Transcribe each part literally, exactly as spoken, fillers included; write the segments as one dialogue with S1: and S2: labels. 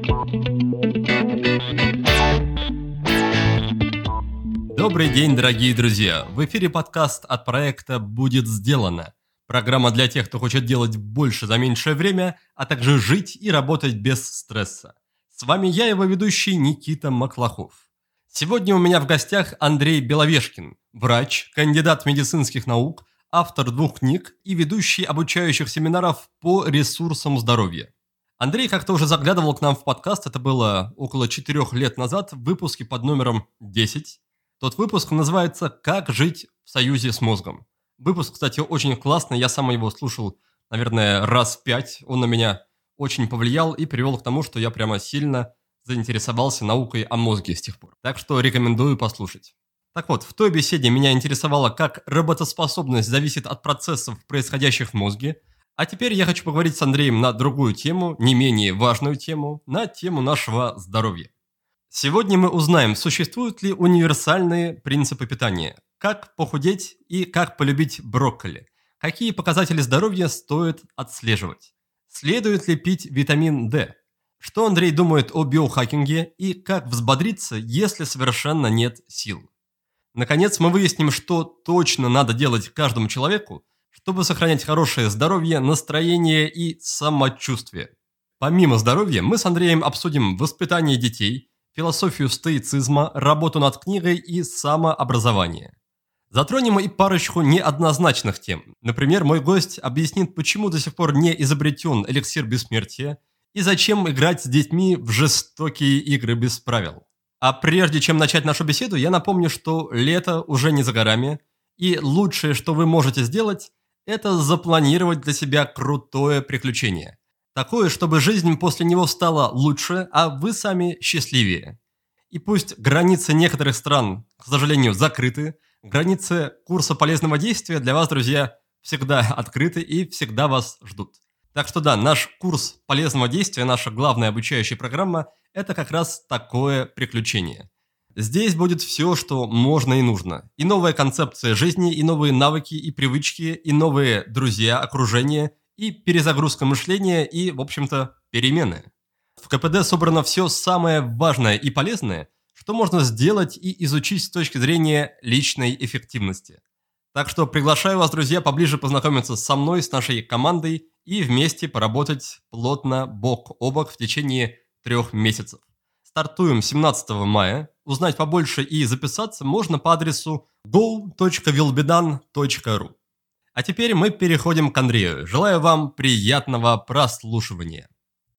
S1: Добрый день, дорогие друзья! В эфире подкаст от проекта «Будет сделано». Программа для тех, кто хочет делать больше за меньшее время, а также жить и работать без стресса. С вами я, его ведущий Никита Маклахов. Сегодня у меня в гостях Андрей Беловешкин, врач, кандидат медицинских наук, автор двух книг и ведущий обучающих семинаров по ресурсам здоровья. Андрей как-то уже заглядывал к нам в подкаст, это было около четырех лет назад, в выпуске под номером десять. Тот выпуск называется «Как жить в союзе с мозгом». Выпуск, кстати, очень классный, я сам его слушал, наверное, раз пять. Он на меня очень повлиял и привел к тому, что я прямо сильно заинтересовался наукой о мозге с тех пор. Так что рекомендую послушать. Так вот, в той беседе меня интересовало, как работоспособность зависит от процессов, происходящих в мозге. А теперь я хочу поговорить с Андреем на другую тему, не менее важную тему, на тему нашего здоровья. Сегодня мы узнаем, существуют ли универсальные принципы питания, как похудеть и как полюбить брокколи, какие показатели здоровья стоит отслеживать, следует ли пить витамин D, что Андрей думает о биохакинге и как взбодриться, если совершенно нет сил. Наконец, мы выясним, что точно надо делать каждому человеку, чтобы сохранять хорошее здоровье, настроение и самочувствие. Помимо здоровья, мы с Андреем обсудим воспитание детей, философию стоицизма, работу над книгой и самообразование. Затронем и парочку неоднозначных тем. Например, мой гость объяснит, почему до сих пор не изобретен эликсир бессмертия и зачем играть с детьми в жестокие игры без правил. А прежде чем начать нашу беседу, я напомню, что лето уже не за горами, и лучшее, что вы можете сделать, это запланировать для себя крутое приключение. Такое, чтобы жизнь после него стала лучше, а вы сами счастливее. И пусть границы некоторых стран, к сожалению, закрыты, границы курса полезного действия для вас, друзья, всегда открыты и всегда вас ждут. Так что да, наш курс полезного действия, наша главная обучающая программа – это как раз такое приключение. Здесь будет все, что можно и нужно. И новая концепция жизни, и новые навыки, и привычки, и новые друзья, окружение, и перезагрузка мышления, и, в общем-то, перемены. В ка пэ дэ собрано все самое важное и полезное, что можно сделать и изучить с точки зрения личной эффективности. Так что приглашаю вас, друзья, поближе познакомиться со мной, с нашей командой и вместе поработать плотно бок о бок в течение трех месяцев. Стартуем семнадцатого мая. Узнать побольше и записаться можно по адресу go точка vilbedan точка ru. А теперь мы переходим к Андрею. Желаю вам приятного прослушивания.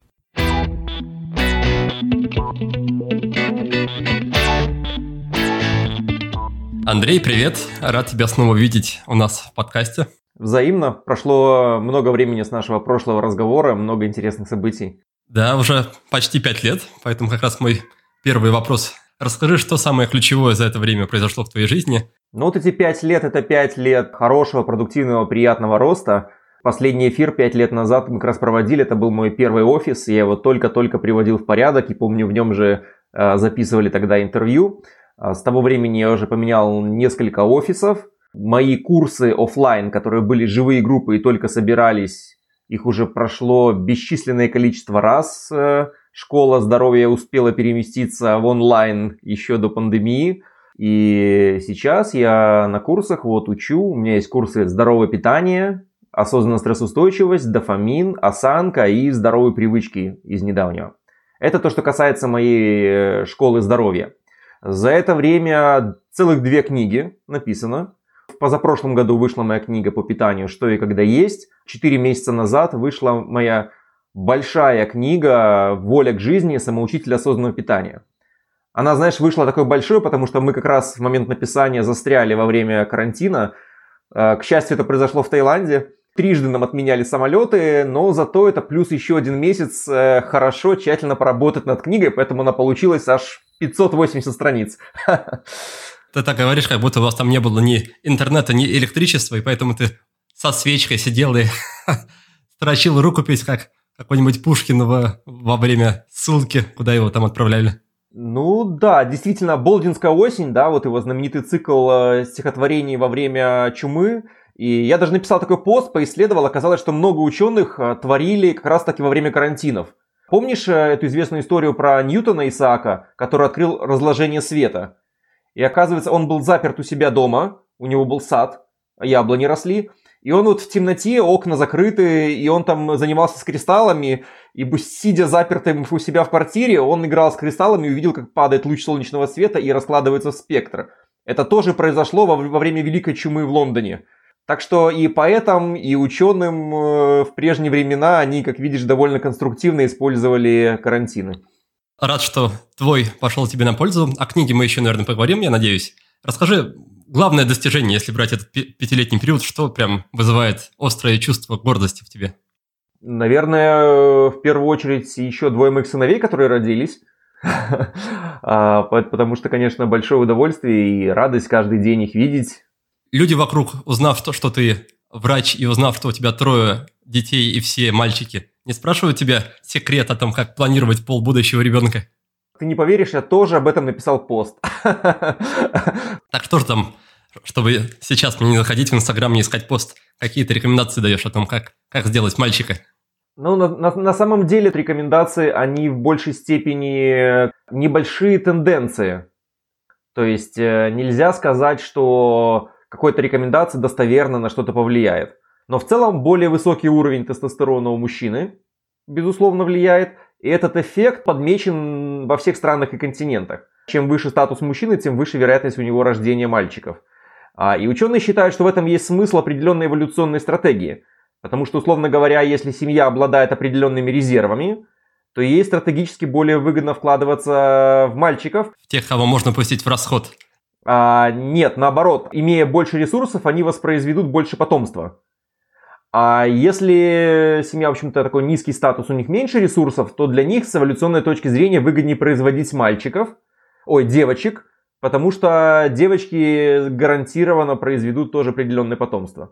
S1: Андрей, привет! Рад тебя снова видеть у нас в подкасте.
S2: Взаимно. Прошло много времени с нашего прошлого разговора, много интересных событий.
S1: Да, уже почти пять лет, поэтому как раз мой первый вопрос. Расскажи, что самое ключевое за это время произошло в твоей жизни?
S2: Ну вот эти пять лет – это пять лет хорошего, продуктивного, приятного роста. Последний эфир пять лет назад мы как раз проводили, это был мой первый офис, я его только-только приводил в порядок, и помню, в нем же э, записывали тогда интервью. С того времени я уже поменял несколько офисов. Мои курсы офлайн, которые были живые группы и только собирались, их уже прошло бесчисленное количество раз. Школа здоровья успела переместиться в онлайн еще до пандемии. И сейчас я на курсах вот учу. У меня есть курсы «Здоровое питание», «Осознанная стрессоустойчивость», «Дофамин», «Осанка» и «Здоровые привычки» из недавнего. Это то, что касается моей школы здоровья. За это время целых две книги написано. В позапрошлом году вышла моя книга по питанию «Что и когда есть». Четыре месяца назад вышла моя большая книга «Воля к жизни. Самоучитель осознанного питания». Она, знаешь, вышла такой большой, потому что мы как раз в момент написания застряли во время карантина. К счастью, это произошло в Таиланде. Трижды нам отменяли самолеты, но зато это плюс еще один месяц хорошо, тщательно поработать над книгой, поэтому она получилась аж пятьсот восемьдесят страниц.
S1: Ты так говоришь, как будто у вас там не было ни интернета, ни электричества, и поэтому ты со свечкой сидел и строчил рукопись, как какой-нибудь Пушкин во, во время ссылки, куда его там отправляли.
S2: Ну да, действительно, «Болдинская осень», да, вот его знаменитый цикл стихотворений во время чумы. И я даже написал такой пост, поисследовал, оказалось, что много ученых творили как раз таки во время карантинов. Помнишь эту известную историю про Ньютона Исаака, который открыл разложение света? И оказывается, он был заперт у себя дома, у него был сад, яблони росли, и он вот в темноте, окна закрыты, и он там занимался с кристаллами, и сидя запертым у себя в квартире, он играл с кристаллами и увидел, как падает луч солнечного света и раскладывается в спектр. Это тоже произошло во, во время Великой чумы в Лондоне. Так что и поэтам, и ученым э, в прежние времена они, как видишь, довольно конструктивно использовали карантины.
S1: Рад, что твой пошел тебе на пользу. О книге мы еще, наверное, поговорим, я надеюсь. Расскажи, главное достижение, если брать этот пятилетний период, что прям вызывает острое чувство гордости в тебе?
S2: Наверное, в первую очередь еще двое моих сыновей, которые родились. Потому что, конечно, большое удовольствие и радость каждый день их видеть.
S1: Люди вокруг, узнав, что, что ты врач, и узнав, что у тебя трое детей и все мальчики, не спрашивают тебя секрет о том, как планировать пол будущего ребенка?
S2: Ты не поверишь, я тоже об этом написал пост.
S1: Так что же там, чтобы сейчас мне не заходить в Инстаграм, не искать пост, какие ты рекомендации даешь о том, как, как сделать мальчика?
S2: Ну, на, на, на самом деле рекомендации, они в большей степени небольшие тенденции. То есть нельзя сказать, что какой-то рекомендация достоверно на что-то повлияет. Но в целом более высокий уровень тестостерона у мужчины, безусловно, влияет. И этот эффект подмечен во всех странах и континентах. Чем выше статус мужчины, тем выше вероятность у него рождения мальчиков. И ученые считают, что в этом есть смысл определенной эволюционной стратегии. Потому что, условно говоря, если семья обладает определенными резервами, то ей стратегически более выгодно вкладываться в мальчиков.
S1: В тех, кого можно пустить в расход.
S2: А, нет, наоборот. Имея больше ресурсов, они воспроизведут больше потомства. А если семья, в общем-то, такой низкий статус, у них меньше ресурсов, то для них с эволюционной точки зрения выгоднее производить мальчиков, ой, девочек, потому что девочки гарантированно произведут тоже определенное потомство.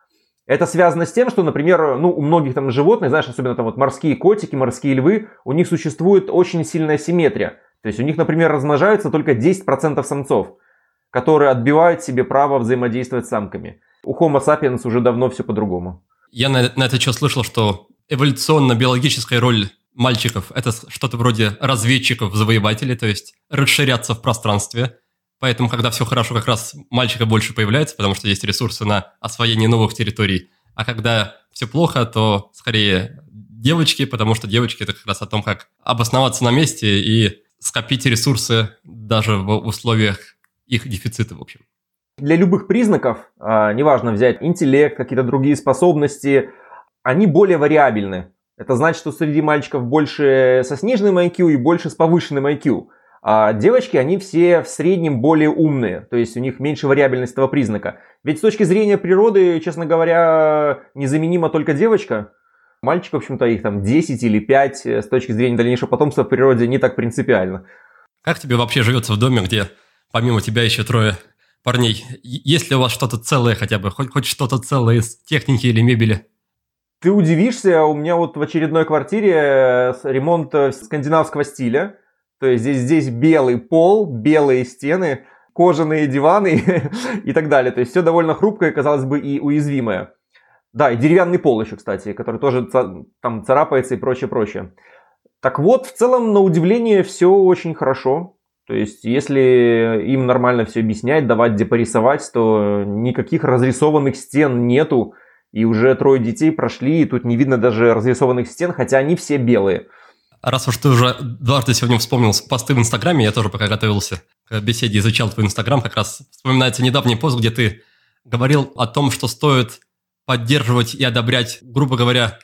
S2: Это связано с тем, что, например, ну, у многих там животных, знаешь, особенно там вот морские котики, морские львы, у них существует очень сильная симметрия. То есть у них, например, размножаются только десять процентов самцов, которые отбивают себе право взаимодействовать с самками. У Homo sapiens уже давно все по-другому.
S1: Я на, на это что слышал, что эволюционно-биологическая роль мальчиков – это что-то вроде разведчиков-завоевателей, то есть расширяться в пространстве. Поэтому, когда все хорошо, как раз мальчика больше появляется, потому что есть ресурсы на освоение новых территорий. А когда все плохо, то скорее девочки, потому что девочки – это как раз о том, как обосноваться на месте и скопить ресурсы даже в условиях их дефицита, в общем.
S2: Для любых признаков, неважно взять интеллект, какие-то другие способности, они более вариабельны. Это значит, что среди мальчиков больше со сниженным ай кью и больше с повышенным ай кью. А девочки, они все в среднем более умные, то есть у них меньше вариабельность этого признака. Ведь с точки зрения природы, честно говоря, незаменима только девочка. Мальчик, в общем-то, их там десять или пять, с точки зрения дальнейшего потомства в природе не так принципиально.
S1: Как тебе вообще живется в доме, где помимо тебя еще трое парней? Есть ли у вас что-то целое хотя бы, хоть, хоть что-то целое из техники или мебели?
S2: Ты удивишься, у меня вот в очередной квартире ремонт скандинавского стиля. То есть здесь, здесь белый пол, белые стены, кожаные диваны и так далее. То есть все довольно хрупкое, казалось бы, и уязвимое. Да, и деревянный пол еще, кстати, который тоже там царапается и прочее, прочее. Так вот, в целом, на удивление, все очень хорошо. То есть, если им нормально все объяснять, давать где порисовать, то никаких разрисованных стен нету. И уже трое детей прошли, и тут не видно даже разрисованных стен, хотя они все белые.
S1: Раз уж ты уже дважды сегодня вспомнил посты в Инстаграме, я тоже пока готовился к беседе, изучал твой Инстаграм, как раз вспоминается недавний пост, где ты говорил о том, что стоит поддерживать и одобрять, грубо говоря,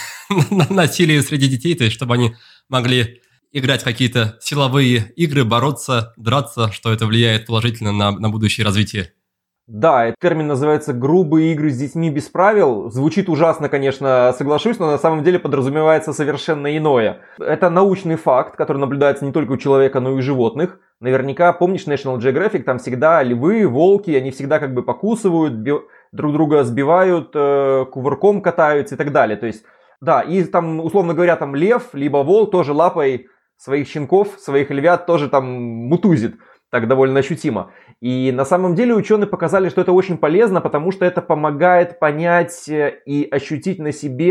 S1: насилие среди детей, то есть чтобы они могли играть в какие-то силовые игры, бороться, драться, что это влияет положительно на, на будущее развитие.
S2: Да, этот термин называется «грубые игры с детьми без правил». Звучит ужасно, конечно, соглашусь, но на самом деле подразумевается совершенно иное. Это научный факт, который наблюдается не только у человека, но и у животных. Наверняка помнишь National Geographic, там всегда львы, волки, они всегда как бы покусывают, би- друг друга сбивают, э, кувырком катаются и так далее. То есть, да, и там, условно говоря, там лев, либо волк тоже лапой своих щенков, своих львят тоже там мутузит. Так довольно ощутимо. И на самом деле ученые показали, что это очень полезно, потому что это помогает понять и ощутить на себе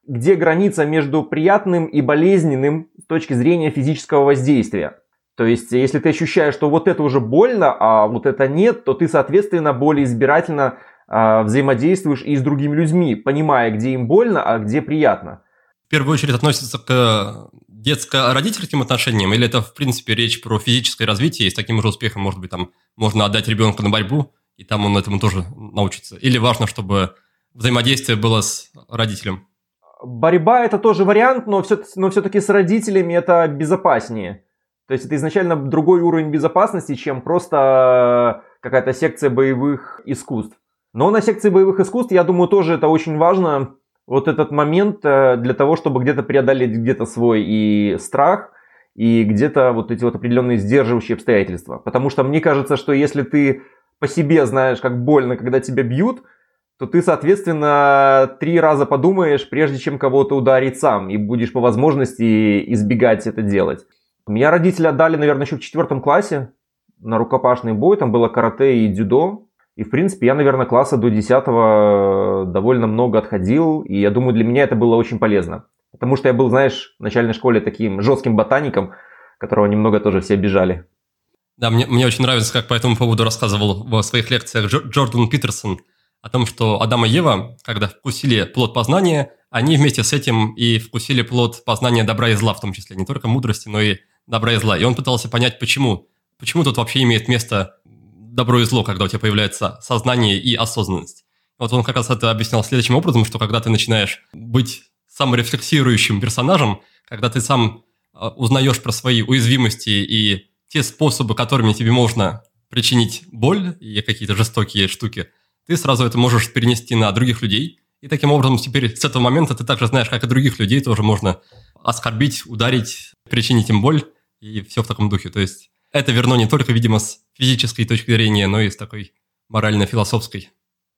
S2: где граница между приятным и болезненным с точки зрения физического воздействия. То есть, если ты ощущаешь, что вот это уже больно, а вот это нет, то ты, соответственно, более избирательно э, взаимодействуешь и с другими людьми, понимая, где им больно, а где приятно.
S1: В первую очередь относится к детско-родительским отношениям, или это, в принципе, речь про физическое развитие, и с таким же успехом, может быть, там можно отдать ребенка на борьбу, и там он этому тоже научится? Или важно, чтобы взаимодействие было с родителем?
S2: Борьба – это тоже вариант, но, все, но все-таки с родителями это безопаснее. То есть это изначально другой уровень безопасности, чем просто какая-то секция боевых искусств. Но на секции боевых искусств, я думаю, тоже это очень важно, вот этот момент для того, чтобы где-то преодолеть где-то свой и страх, и где-то вот эти вот определенные сдерживающие обстоятельства. Потому что мне кажется, что если ты по себе знаешь, как больно, когда тебя бьют, то ты, соответственно, три раза подумаешь, прежде чем кого-то ударить сам, и будешь по возможности избегать это делать. Меня родители отдали, наверное, еще в четвертом классе на рукопашный бой, там было карате и дзюдо. И, в принципе, я, наверное, класса до десятого довольно много отходил, и я думаю, для меня это было очень полезно. Потому что я был, знаешь, в начальной школе таким жестким ботаником, которого немного тоже все обижали.
S1: Да, мне, мне очень нравится, как по этому поводу рассказывал в своих лекциях Джо, Джордан Питерсон о том, что Адам и Ева, когда вкусили плод познания, они вместе с этим и вкусили плод познания добра и зла, в том числе, не только мудрости, но и добра и зла. И он пытался понять, почему. Почему тут вообще имеет место добро и зло, когда у тебя появляется сознание и осознанность. Вот он как раз это объяснял следующим образом, что когда ты начинаешь быть саморефлексирующим персонажем, когда ты сам узнаешь про свои уязвимости и те способы, которыми тебе можно причинить боль и какие-то жестокие штуки, ты сразу это можешь перенести на других людей. И таким образом теперь с этого момента ты также знаешь, как и других людей тоже можно оскорбить, ударить, причинить им боль и все в таком духе. То есть это верно не только, видимо, с физической точки зрения, но и с такой морально-философской.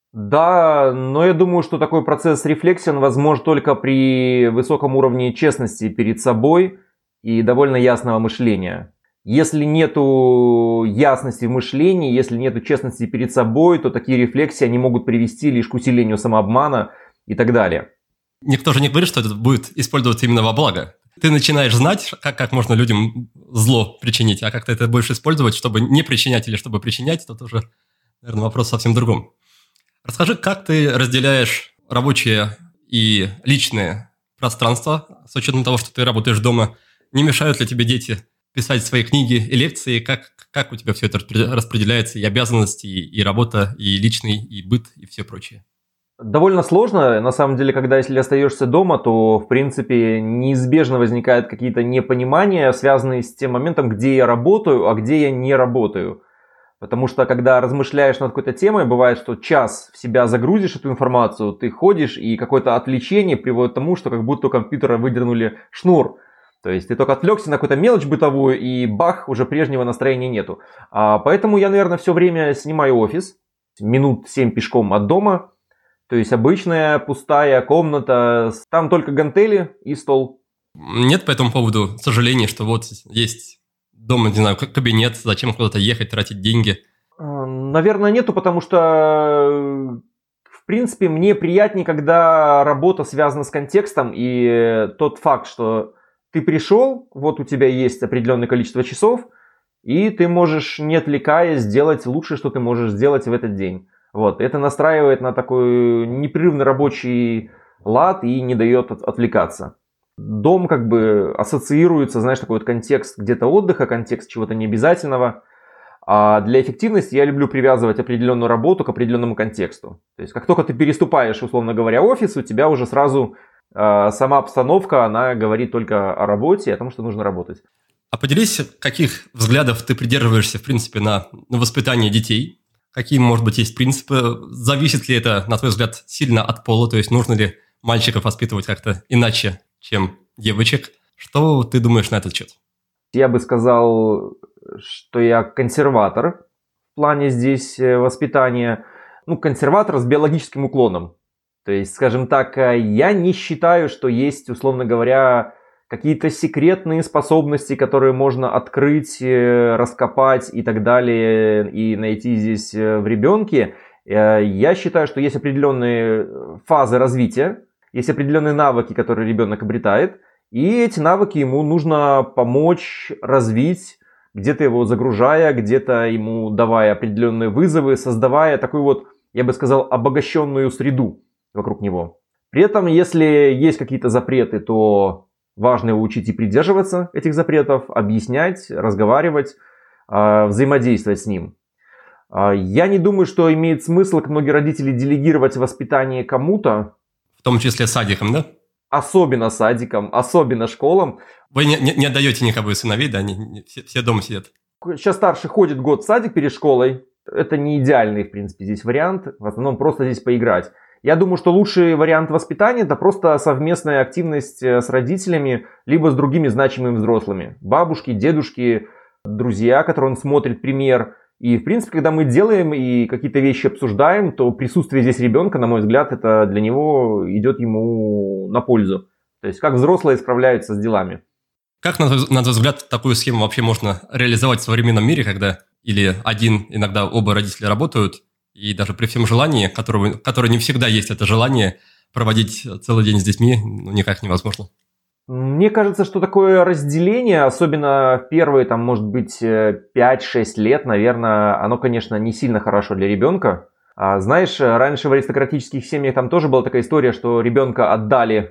S2: Да, но я думаю, что такой процесс рефлексии он возможен только при высоком уровне честности перед собой и довольно ясного мышления. Если нету ясности в мышлении, если нету честности перед собой, то такие рефлексии они могут привести лишь к усилению самообмана и так далее.
S1: Никто же не говорит, что это будет использоваться именно во благо. Ты начинаешь знать, как, как можно людям зло причинить, а как ты это будешь использовать, чтобы не причинять или чтобы причинять, то тоже, наверное, вопрос совсем другом. Расскажи, как ты разделяешь рабочее и личное пространство, с учетом того, что ты работаешь дома. Не мешают ли тебе дети писать свои книги и лекции? Как, как у тебя все это распределяется, и обязанности, и, и работа, и личный, и быт, и все прочее?
S2: Довольно сложно. На самом деле, когда если остаешься дома, то, в принципе, неизбежно возникают какие-то непонимания, связанные с тем моментом, где я работаю, а где я не работаю. Потому что, когда размышляешь над какой-то темой, бывает, что час в себя загрузишь эту информацию, ты ходишь, и какое-то отвлечение приводит к тому, что как будто у компьютера выдернули шнур. То есть ты только отвлекся на какую-то мелочь бытовую, и бах, уже прежнего настроения нету. А поэтому я, наверное, все время снимаю офис, минут семь пешком от дома. То есть обычная пустая комната, там только гантели и стол.
S1: Нет по этому поводу сожаления, что вот есть дома, не знаю, кабинет, зачем куда-то ехать, тратить деньги?
S2: Наверное, нету, потому что, в принципе, мне приятнее, когда работа связана с контекстом, и тот факт, что ты пришел, вот у тебя есть определенное количество часов, и ты можешь, не отвлекаясь, сделать лучшее, что ты можешь сделать в этот день. Вот, это настраивает на такой непрерывный рабочий лад и не дает отвлекаться. Дом как бы ассоциируется, знаешь, такой вот контекст где-то отдыха, контекст чего-то необязательного. А для эффективности я люблю привязывать определенную работу к определенному контексту. То есть как только ты переступаешь, условно говоря, офис, у тебя уже сразу э, сама обстановка, она говорит только о работе и о том, что нужно работать.
S1: А поделись, каких взглядов ты придерживаешься, в принципе, на, на воспитание детей? Какие, может быть, есть принципы? Зависит ли это, на твой взгляд, сильно от пола? То есть нужно ли мальчиков воспитывать как-то иначе, чем девочек? Что ты думаешь на этот счет?
S2: Я бы сказал, что я консерватор в плане здесь воспитания. Ну, консерватор с биологическим уклоном. То есть, скажем так, я не считаю, что есть, условно говоря, какие-то секретные способности, которые можно открыть, раскопать и так далее, и найти здесь в ребенке. Я считаю, что есть определенные фазы развития, есть определенные навыки, которые ребенок обретает, и эти навыки ему нужно помочь развить, где-то его загружая, где-то ему давая определенные вызовы, создавая такую вот, я бы сказал, обогащенную среду вокруг него. При этом, если есть какие-то запреты, то важно его учить и придерживаться этих запретов, объяснять, разговаривать, взаимодействовать с ним. Я не думаю, что имеет смысл, как многие родители, делегировать воспитание кому-то.
S1: В том числе садикам, да?
S2: Особенно садикам, особенно школам.
S1: Вы не, не, не отдаете никого из сыновей, да? Не, не, все, все дома сидят.
S2: Сейчас старший ходит год в садик перед школой. Это не идеальный, в принципе, здесь вариант. В основном просто здесь поиграть. Я думаю, что лучший вариант воспитания – это просто совместная активность с родителями, либо с другими значимыми взрослыми. Бабушки, дедушки, друзья, которые он смотрит пример. И, в принципе, когда мы делаем и какие-то вещи обсуждаем, то присутствие здесь ребенка, на мой взгляд, это для него идет ему на пользу. То есть, как взрослые справляются с делами.
S1: Как, на твой взгляд, такую схему вообще можно реализовать в современном мире, когда или один, иногда оба родителя работают, и даже при всем желании, которого, которое не всегда есть это желание, проводить целый день с детьми, ну, никак невозможно?
S2: Мне кажется, что такое разделение, особенно в первые, там, может быть, пять-шесть лет, наверное, оно, конечно, не сильно хорошо для ребенка. А, знаешь, раньше в аристократических семьях там тоже была такая история, что ребенка отдали,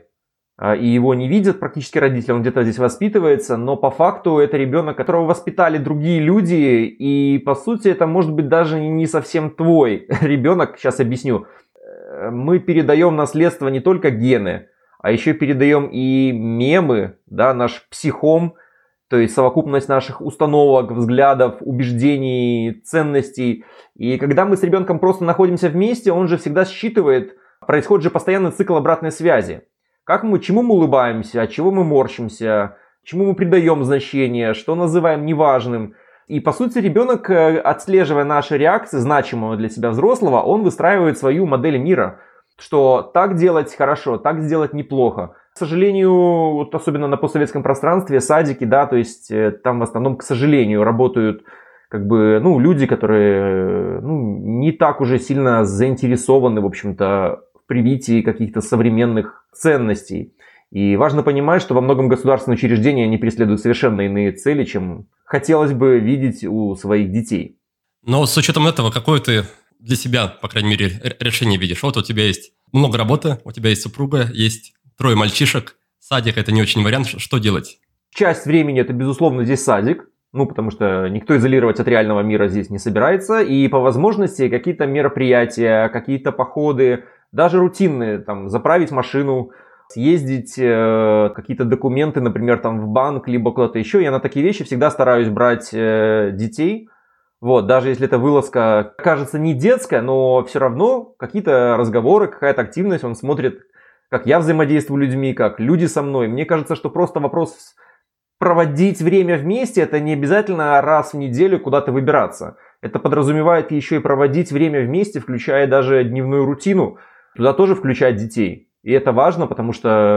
S2: и его не видят практически родители, он где-то здесь воспитывается, но по факту это ребенок, которого воспитали другие люди, и по сути это может быть даже не совсем твой ребенок, сейчас объясню. Мы передаем наследство не только гены, а еще передаем и мемы, да, наш психом, то есть совокупность наших установок, взглядов, убеждений, ценностей. И когда мы с ребенком просто находимся вместе, он же всегда считывает, происходит же постоянный цикл обратной связи. Как мы, чему мы улыбаемся, от чего мы морщимся, чему мы придаем значение, что называем неважным. И по сути ребенок, отслеживая наши реакции, значимого для себя взрослого, он выстраивает свою модель мира. Что так делать хорошо, так сделать неплохо. К сожалению, вот особенно на постсоветском пространстве, садики, да, то есть там в основном, к сожалению, работают как бы, ну, люди, которые, ну, не так уже сильно заинтересованы, в общем-то, в привитии каких-то современных ценностей. И важно понимать, что во многом государственные учреждения они преследуют совершенно иные цели, чем хотелось бы видеть у своих детей.
S1: Но с учетом этого, какой ты для себя, по крайней мере, решение видишь? Вот у тебя есть много работы, у тебя есть супруга, есть трое мальчишек, садик – это не очень вариант, что делать?
S2: Часть времени это, безусловно, здесь садик, ну, потому что никто изолировать от реального мира здесь не собирается, и по возможности какие-то мероприятия, какие-то походы, даже рутинные, там, заправить машину, съездить, э, какие-то документы, например, там, в банк, либо куда-то еще. Я на такие вещи всегда стараюсь брать э, детей. Вот, даже если эта вылазка кажется не детская, но все равно какие-то разговоры, какая-то активность, он смотрит, как я взаимодействую с людьми, как люди со мной. Мне кажется, что просто вопрос проводить время вместе, это не обязательно раз в неделю куда-то выбираться. Это подразумевает еще и проводить время вместе, включая даже дневную рутину. Туда тоже включать детей. И это важно, потому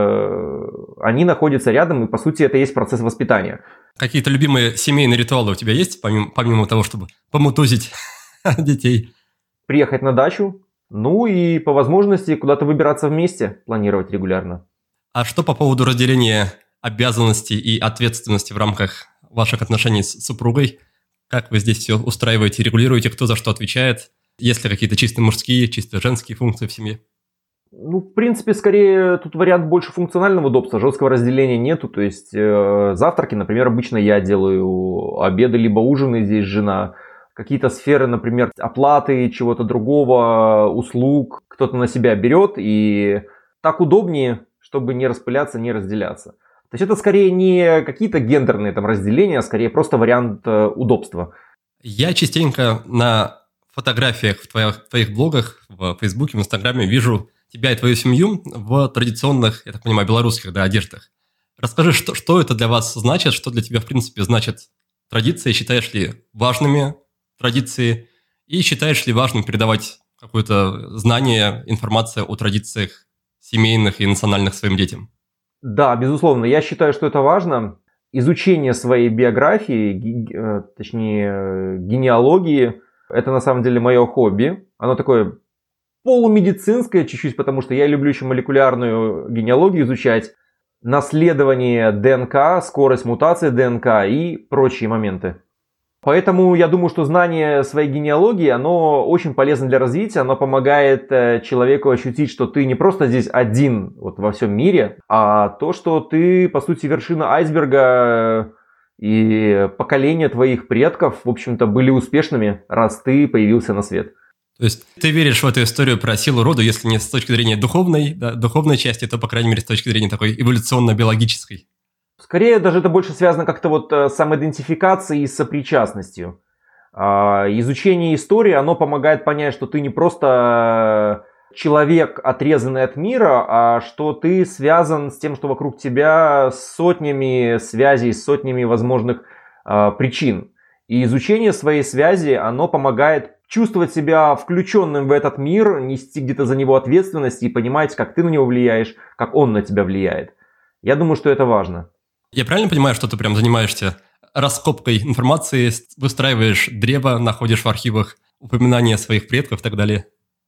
S2: что они находятся рядом, и по сути это и есть процесс воспитания.
S1: Какие-то любимые семейные ритуалы у тебя есть, помимо, помимо того, чтобы помутузить детей?
S2: Приехать на дачу, ну и по возможности куда-то выбираться вместе, планировать регулярно.
S1: А что по поводу разделения обязанностей и ответственности в рамках ваших отношений с супругой? Как вы здесь все устраиваете, регулируете, кто за что отвечает? Есть ли какие-то чисто мужские, чисто женские функции в семье?
S2: Ну, в принципе, скорее тут вариант больше функционального удобства, жесткого разделения нету. То есть э, завтраки, например, обычно я делаю, обеды либо ужины здесь жена. Какие-то сферы, например, оплаты чего-то другого, услуг кто-то на себя берет. И так удобнее, чтобы не распыляться, не разделяться. То есть это скорее не какие-то гендерные там разделения, а скорее просто вариант э, удобства.
S1: Я частенько на фотографиях в твоих, в твоих блогах, в Фейсбуке, в Инстаграме вижу тебя и твою семью в традиционных, я так понимаю, белорусских, да, одеждах. Расскажи, что, что это для вас значит, что для тебя, в принципе, значит традиции, считаешь ли важными традиции, и считаешь ли важным передавать какое-то знание, информация о традициях семейных и национальных своим детям?
S2: Да, безусловно, я считаю, что это важно. Изучение своей биографии, ги- точнее, генеалогии, это на самом деле мое хобби. Оно такое полумедицинское чуть-чуть, потому что я люблю еще молекулярную генеалогию изучать, наследование ДНК, скорость мутации ДНК и прочие моменты. Поэтому я думаю, что знание своей генеалогии, оно очень полезно для развития, оно помогает человеку ощутить, что ты не просто здесь один вот во всем мире, а то, что ты, по сути, вершина айсберга, и поколения твоих предков, в общем-то, были успешными, раз ты появился на свет.
S1: То есть ты веришь в эту историю про силу рода, если не с точки зрения духовной, да, духовной части, то, по крайней мере, с точки зрения такой эволюционно-биологической.
S2: Скорее, даже это больше связано как-то вот с самоидентификацией и сопричастностью. Изучение истории, оно помогает понять, что ты не просто человек, отрезанный от мира, а что ты связан с тем, что вокруг тебя, с сотнями связей, с сотнями возможных причин. И изучение своей связи, оно помогает чувствовать себя включенным в этот мир, нести где-то за него ответственность и понимать, как ты на него влияешь, как он на тебя влияет. Я думаю, что это важно.
S1: Я правильно понимаю, что ты прям занимаешься раскопкой информации, выстраиваешь древо, находишь в архивах упоминания своих предков и так далее?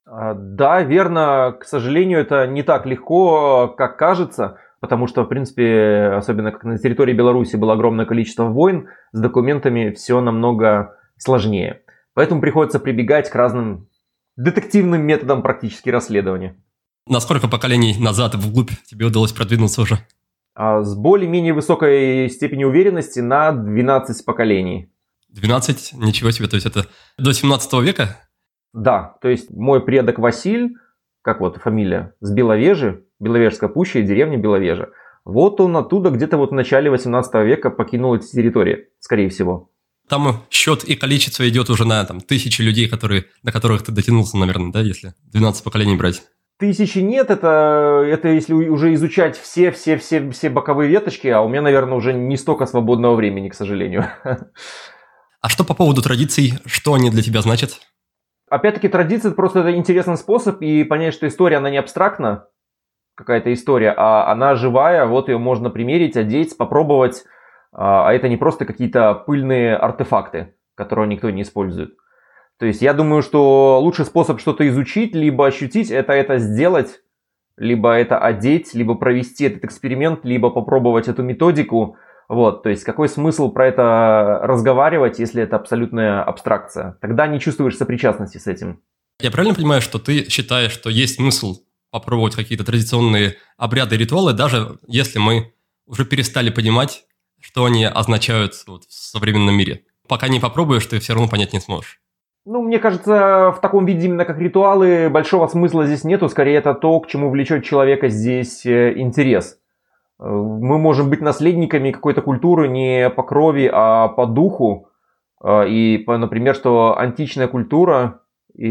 S2: Да, верно. К сожалению, это не так легко, как кажется, потому что, в принципе, особенно как на территории Беларуси было огромное количество войн, с документами все намного сложнее. Поэтому приходится прибегать к разным детективным методам практически расследования.
S1: На сколько поколений назад вглубь тебе удалось продвинуться уже?
S2: С более-менее высокой степенью уверенности на двенадцать поколений.
S1: двенадцать? Ничего себе, то есть это до семнадцатого века?
S2: Да, то есть мой предок Василь, как вот фамилия, с Беловежи, Беловежская пуща и деревня Беловежа. Вот он оттуда где-то вот в начале восемнадцатого века покинул эти территории, скорее всего.
S1: Там счет и количество идет уже на там, тысячи людей, которые, до которых ты дотянулся, наверное, да, если двенадцать поколений брать?
S2: Тысячи нет, это, это если уже изучать все-все-все все боковые веточки, а у меня, наверное, уже не столько свободного времени, к сожалению.
S1: А что по поводу традиций, что они для тебя значат?
S2: Опять-таки, традиции – это просто это интересный способ и понять, что история, она не абстрактна, какая-то история, а она живая, вот ее можно примерить, одеть, попробовать, а это не просто какие-то пыльные артефакты, которые никто не использует. То есть я думаю, что лучший способ что-то изучить, либо ощутить, это это сделать, либо это одеть, либо провести этот эксперимент, либо попробовать эту методику. Вот, то есть какой смысл про это разговаривать, если это абсолютная абстракция? Тогда не чувствуешь сопричастности с этим.
S1: Я правильно понимаю, что ты считаешь, что есть смысл попробовать какие-то традиционные обряды и ритуалы, даже если мы уже перестали понимать, что они означают вот в современном мире? Пока не попробуешь, ты все равно понять не сможешь.
S2: Ну, мне кажется, в таком виде, именно как ритуалы, большого смысла здесь нету. Скорее, это то, к чему влечет человека здесь интерес. Мы можем быть наследниками какой-то культуры не по крови, а по духу. И, например, что античная культура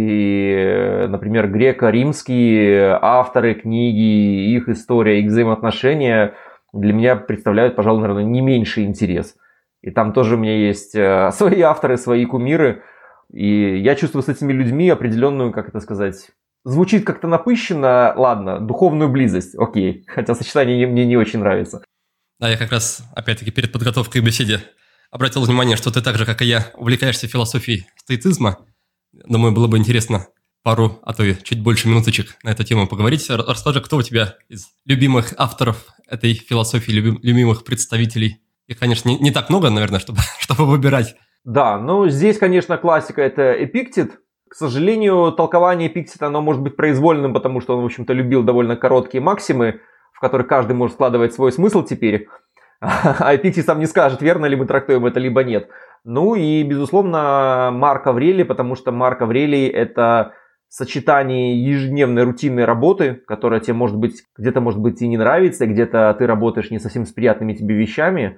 S2: и, например, греко-римские авторы книги, их история, их взаимоотношения для меня представляют, пожалуй, наверное, не меньший интерес. И там тоже у меня есть свои авторы, свои кумиры. И я чувствую с этими людьми определенную, как это сказать, звучит как-то напыщенно, ладно, духовную близость, окей, хотя сочетание мне не очень нравится.
S1: Да, я как раз, опять-таки, перед подготовкой к беседе обратил внимание, что ты так же, как и я, увлекаешься философией стоицизма. Думаю, было бы интересно пару, а то и чуть больше минуточек на эту тему поговорить. Расскажи, кто у тебя из любимых авторов этой философии, любимых представителей? Их, конечно, не, не так много, наверное, чтобы, чтобы выбирать.
S2: Да, ну здесь, конечно, классика – это Эпиктет. К сожалению, толкование Эпиктета, оно может быть произвольным, потому что он, в общем-то, любил довольно короткие максимы, в которых каждый может складывать свой смысл теперь. А Эпиктет сам не скажет, верно ли мы трактуем это, либо нет. Ну и, безусловно, Марк Аврелий, потому что Марк Аврелий – это сочетание ежедневной рутинной работы, которая тебе, может быть, где-то, может быть, и не нравится, где-то ты работаешь не совсем с приятными тебе вещами,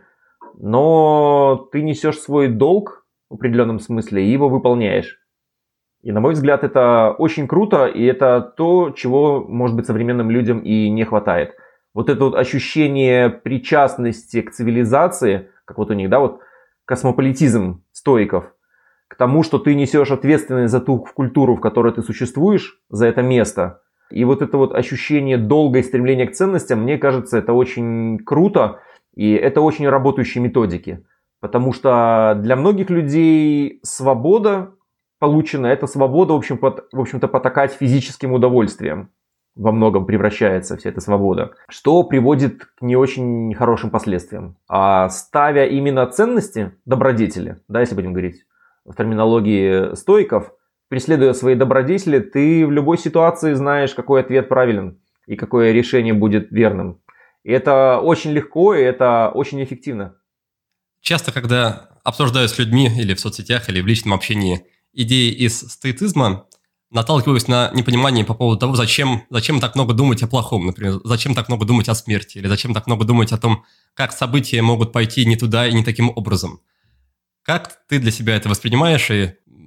S2: но ты несешь свой долг в определенном смысле и его выполняешь. И, на мой взгляд, это очень круто, и это то, чего, может быть, современным людям и не хватает. Вот это вот ощущение причастности к цивилизации, как вот у них, да, вот космополитизм стоиков, к тому, что ты несешь ответственность за ту культуру, в которой ты существуешь, за это место. И вот это вот ощущение долга и стремления к ценностям, мне кажется, это очень круто. И это очень работающие методики, потому что для многих людей свобода полученная, эта свобода, в общем, под, в общем-то, потакать физическим удовольствием. Во многом превращается вся эта свобода, что приводит к не очень хорошим последствиям. А ставя именно ценности, добродетели, да, если будем говорить в терминологии стоиков, преследуя свои добродетели, ты в любой ситуации знаешь, какой ответ правилен и какое решение будет верным. И это очень легко, и это очень эффективно.
S1: Часто, когда обсуждаю с людьми или в соцсетях, или в личном общении идеи из стоицизма, наталкиваюсь на непонимание по поводу того, зачем, зачем так много думать о плохом, например, зачем так много думать о смерти, или зачем так много думать о том, как события могут пойти не туда и не таким образом. Как ты для себя это воспринимаешь, и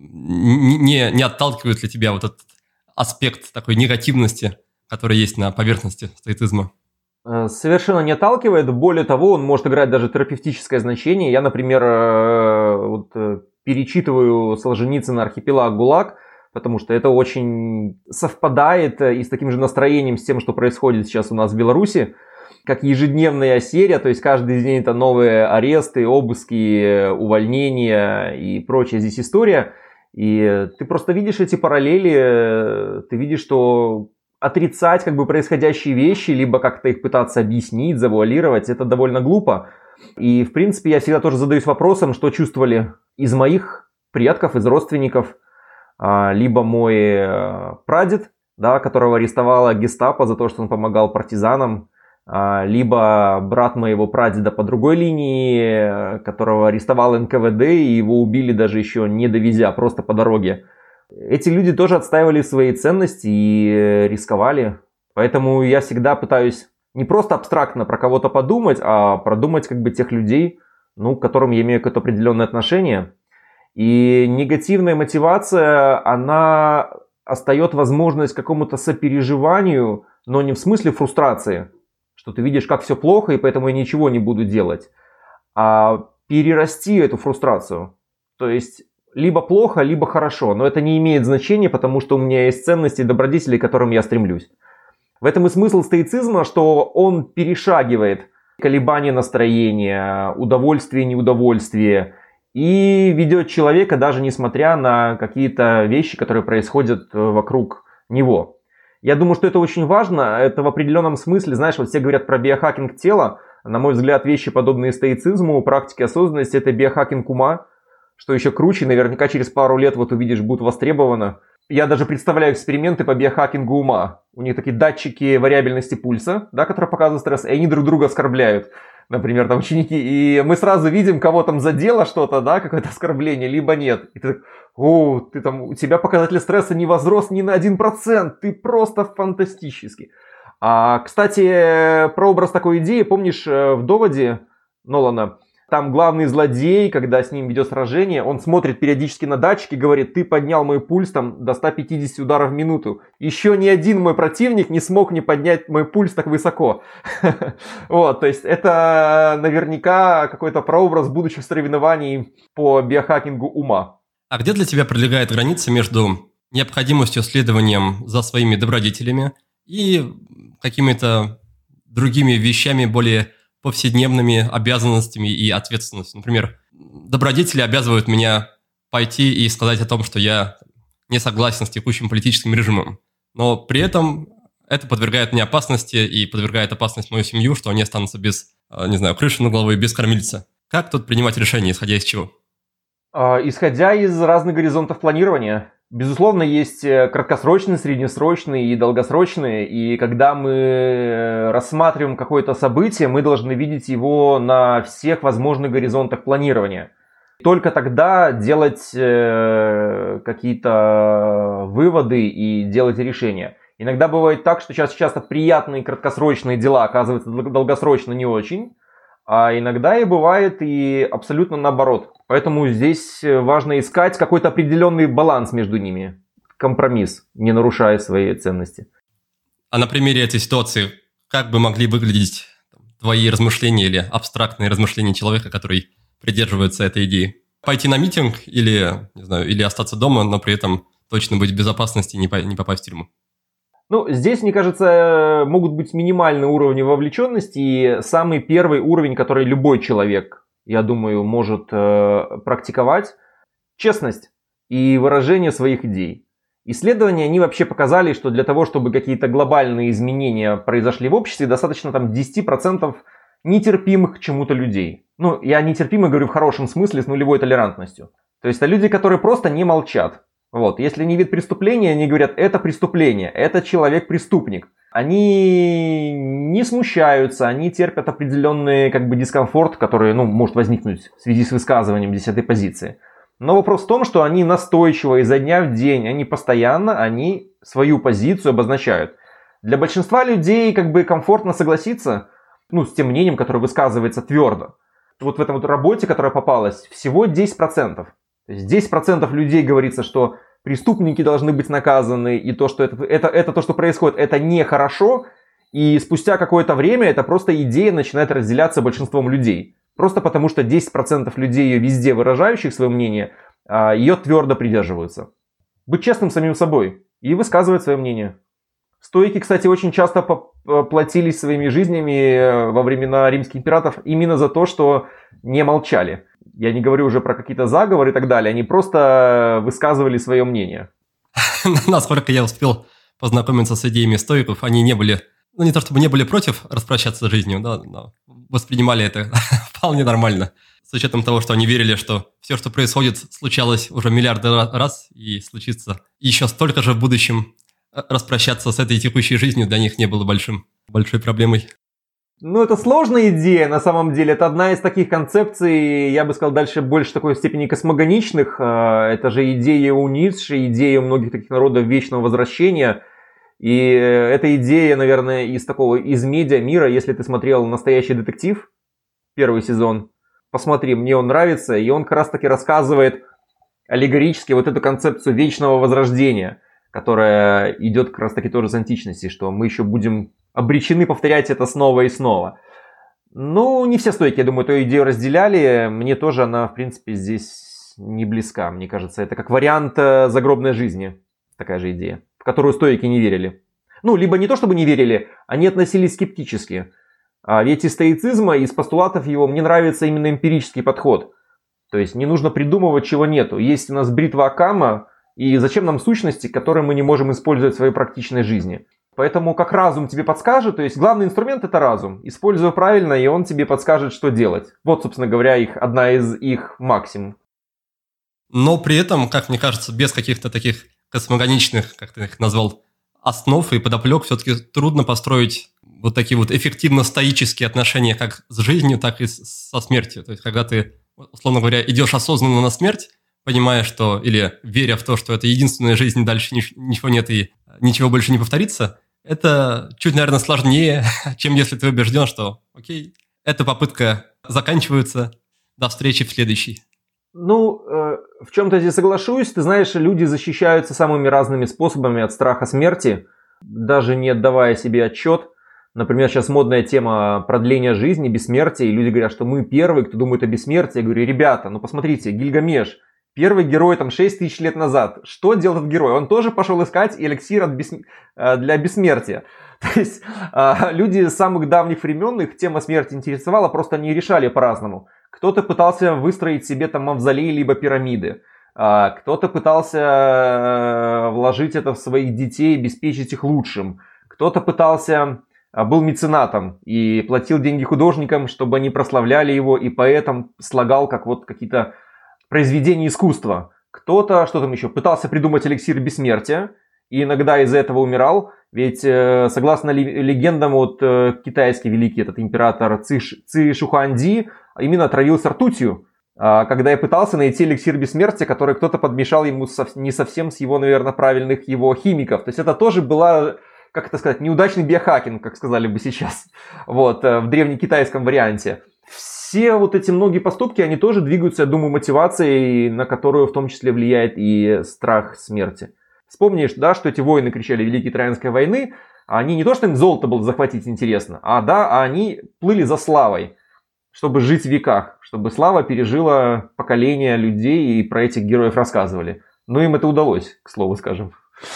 S1: не, не отталкивает ли тебя вот этот аспект такой негативности, который есть на поверхности стоицизма?
S2: Совершенно не отталкивает. Более того, он может играть даже терапевтическое значение. Я, например, вот, перечитываю Солженицына «Архипелаг ГУЛАГ», потому что это очень совпадает и с таким же настроением, с тем, что происходит сейчас у нас в Беларуси, как ежедневная серия, то есть каждый день это новые аресты, обыски, увольнения и прочая здесь история. И ты просто видишь эти параллели, ты видишь, что отрицать как бы происходящие вещи, либо как-то их пытаться объяснить, завуалировать, это довольно глупо. И, в принципе, я всегда тоже задаюсь вопросом, что чувствовали из моих предков, из родственников, либо мой прадед, да, которого арестовала гестапо за то, что он помогал партизанам, либо брат моего прадеда по другой линии, которого арестовал эн ка вэ дэ, и его убили даже еще не довезя, просто по дороге. Эти люди тоже отстаивали свои ценности и рисковали. Поэтому я всегда пытаюсь не просто абстрактно про кого-то подумать, а продумать как бы тех людей, ну, к которым я имею какое-то определенное отношение. И негативная мотивация, она остает возможность к какому-то сопереживанию, но не в смысле фрустрации, что ты видишь, как все плохо, и поэтому я ничего не буду делать, а перерасти эту фрустрацию. То есть либо плохо, либо хорошо, но это не имеет значения, потому что у меня есть ценности и добродетели, к которым я стремлюсь. В этом и смысл стоицизма, что он перешагивает колебания настроения, удовольствие, неудовольствие, и ведет человека, даже несмотря на какие-то вещи, которые происходят вокруг него. Я думаю, что это очень важно. Это в определенном смысле, знаешь, вот все говорят про биохакинг тела. На мой взгляд, вещи, подобные стоицизму, практике осознанности, это биохакинг ума. Что еще круче, наверняка через пару лет, вот увидишь, будут востребованы. Я даже представляю эксперименты по биохакингу ума. У них такие датчики вариабельности пульса, да, которые показывают стресс, и они друг друга оскорбляют. Например, там ученики, и мы сразу видим, кого там задело что-то, да, какое-то оскорбление, либо нет. И ты так, о, ты там, у тебя показатель стресса не возрос ни на один процент, ты просто фантастический. А, кстати, про образ такой идеи, помнишь, в «Доводе» Нолана, там главный злодей, когда с ним ведет сражение, он смотрит периодически на датчик и говорит: ты поднял мой пульс там до ста пятидесяти ударов в минуту. Еще ни один мой противник не смог мне поднять мой пульс так высоко. Вот, то есть это наверняка какой-то прообраз будущих соревнований по биохакингу ума.
S1: А где для тебя пролегает граница между необходимостью следованием за своими добродетелями и какими-то другими вещами более повседневными обязанностями и ответственностью? Например, добродетели обязывают меня пойти и сказать о том, что я не согласен с текущим политическим режимом. Но при этом это подвергает мне опасности и подвергает опасность мою семью, что они останутся без, не знаю, крыши над головой, без кормильца. Как тут принимать решения, исходя из чего?
S2: Исходя из разных горизонтов планирования. Безусловно, есть краткосрочные, среднесрочные и долгосрочные, и когда мы рассматриваем какое-то событие, мы должны видеть его на всех возможных горизонтах планирования. Только тогда делать какие-то выводы и делать решения. Иногда бывает так, что сейчас часто приятные краткосрочные дела оказываются долгосрочно не очень, а иногда и бывает и абсолютно наоборот. Поэтому здесь важно искать какой-то определенный баланс между ними. Компромисс, не нарушая свои ценности.
S1: А на примере этой ситуации, как бы могли выглядеть твои размышления или абстрактные размышления человека, который придерживается этой идеи? Пойти на митинг или, не знаю, или остаться дома, но при этом точно быть в безопасности и не попасть в тюрьму?
S2: Ну, здесь, мне кажется, могут быть минимальные уровни вовлеченности, и самый первый уровень, который любой человек, я думаю, может э, практиковать – честность. и выражение своих идей. Исследования, они вообще показали, что для того, чтобы какие-то глобальные изменения произошли в обществе, достаточно там десять процентов нетерпимых к чему-то людей. Ну, я нетерпимый говорю в хорошем смысле, с нулевой толерантностью. То есть это люди, которые просто не молчат. Вот. Если они видят преступление, они говорят, это преступление, это человек-преступник. Они не смущаются, они терпят определенный как бы дискомфорт, который ну, может возникнуть в связи с высказыванием десятой позиции. Но вопрос в том, что они настойчиво изо дня в день, они постоянно, они свою позицию обозначают. Для большинства людей как бы комфортно согласиться, ну, с тем мнением, которое высказывается твердо. Вот в этой вот работе, которая попалась, всего десять процентов. То есть десять процентов людей говорится, что преступники должны быть наказаны, и то, что это, это, это то, что происходит, это нехорошо. И спустя какое-то время это просто идея начинает разделяться большинством людей. Просто потому, что десять процентов людей, ее везде выражающих свое мнение, ее твердо придерживаются. Быть честным самим собой и высказывать свое мнение. Стоики, кстати, очень часто платились своими жизнями во времена римских императоров именно за то, что не молчали. Я не говорю уже про какие-то заговоры и так далее. Они просто высказывали свое мнение.
S1: Насколько я успел познакомиться с идеями стоиков, они не были, ну не то чтобы не были против распрощаться с жизнью, да, но воспринимали это вполне нормально. С учетом того, что они верили, что все, что происходит, случалось уже миллиарды раз и случится еще столько же в будущем. Распрощаться с этой текущей жизнью для них не было большим, большой проблемой.
S2: Ну, это сложная идея, на самом деле. Это одна из таких концепций, я бы сказал, дальше больше такой степени космогоничных. Это же идея у Ницше, идея у многих таких народов вечного возвращения. И эта идея, наверное, из такого, из медиа-мира, если ты смотрел «Настоящий детектив», первый сезон, посмотри, мне он нравится, и он как раз-таки рассказывает аллегорически вот эту концепцию вечного возрождения, которая идет как раз-таки тоже с античности, что мы еще будем обречены повторять это снова и снова. Ну, не все стойки, я думаю, эту идею разделяли. Мне тоже она, в принципе, здесь не близка. Мне кажется, это как вариант загробной жизни. Такая же идея, в которую стойки не верили. Ну, либо не то, чтобы не верили, они относились скептически. А ведь из стоицизма, из постулатов его, мне нравится именно эмпирический подход. То есть не нужно придумывать, чего нету. Есть у нас бритва Оккама, и зачем нам сущности, которые мы не можем использовать в своей практичной жизни. Поэтому как разум тебе подскажет, то есть главный инструмент это разум. Используй правильно, и он тебе подскажет, что делать. Вот, собственно говоря, их, одна из их максим.
S1: Но при этом, как мне кажется, без каких-то таких космогоничных, как ты их назвал, основ и подоплек все-таки трудно построить вот такие вот эффективно-стоические отношения как с жизнью, так и со смертью. То есть когда ты, условно говоря, идешь осознанно на смерть, понимая, что, или веря в то, что это единственная жизнь, дальше ничего нет и ничего больше не повторится, это чуть, наверное, сложнее, чем если ты убежден, что, окей, эта попытка заканчивается, до встречи в следующей.
S2: Ну, э, в чем-то здесь соглашусь. Ты знаешь, люди защищаются самыми разными способами от страха смерти, даже не отдавая себе отчет. Например, сейчас модная тема продления жизни, бессмертия, и люди говорят, что мы первые, кто думает о бессмертии. Я говорю, ребята, ну посмотрите, Гильгамеш, первый герой там шесть тысяч лет назад. Что делал этот герой? Он тоже пошел искать эликсир от бессм... для бессмертия. То есть люди с самых давних времен, их тема смерти интересовала, просто они решали по-разному. Кто-то пытался выстроить себе там мавзолей либо пирамиды. Кто-то пытался вложить это в своих детей, обеспечить их лучшим. Кто-то пытался, был меценатом и платил деньги художникам, чтобы они прославляли его, и поэтом слагал как вот какие-то произведения искусства. Кто-то, что там еще, пытался придумать эликсир бессмертия, и иногда из-за этого умирал. Ведь, согласно легендам, вот китайский великий этот император Ци, Ци Шихуанди именно отравился ртутью, когда я пытался найти эликсир бессмертия, который кто-то подмешал ему не совсем с его, наверное, правильных его химиков. То есть это тоже была, как это сказать, неудачный биохакинг, как сказали бы сейчас, вот, в древнекитайском варианте. Все вот эти многие поступки, они тоже двигаются, я думаю, мотивацией, на которую в том числе влияет и страх смерти. Вспомнишь, да, что эти воины кричали Великой Троянской войны, они не то, что им золото было захватить интересно, а да, они плыли за славой, чтобы жить в веках, чтобы слава пережила поколения людей и про этих героев рассказывали. Но им это удалось, к слову скажем.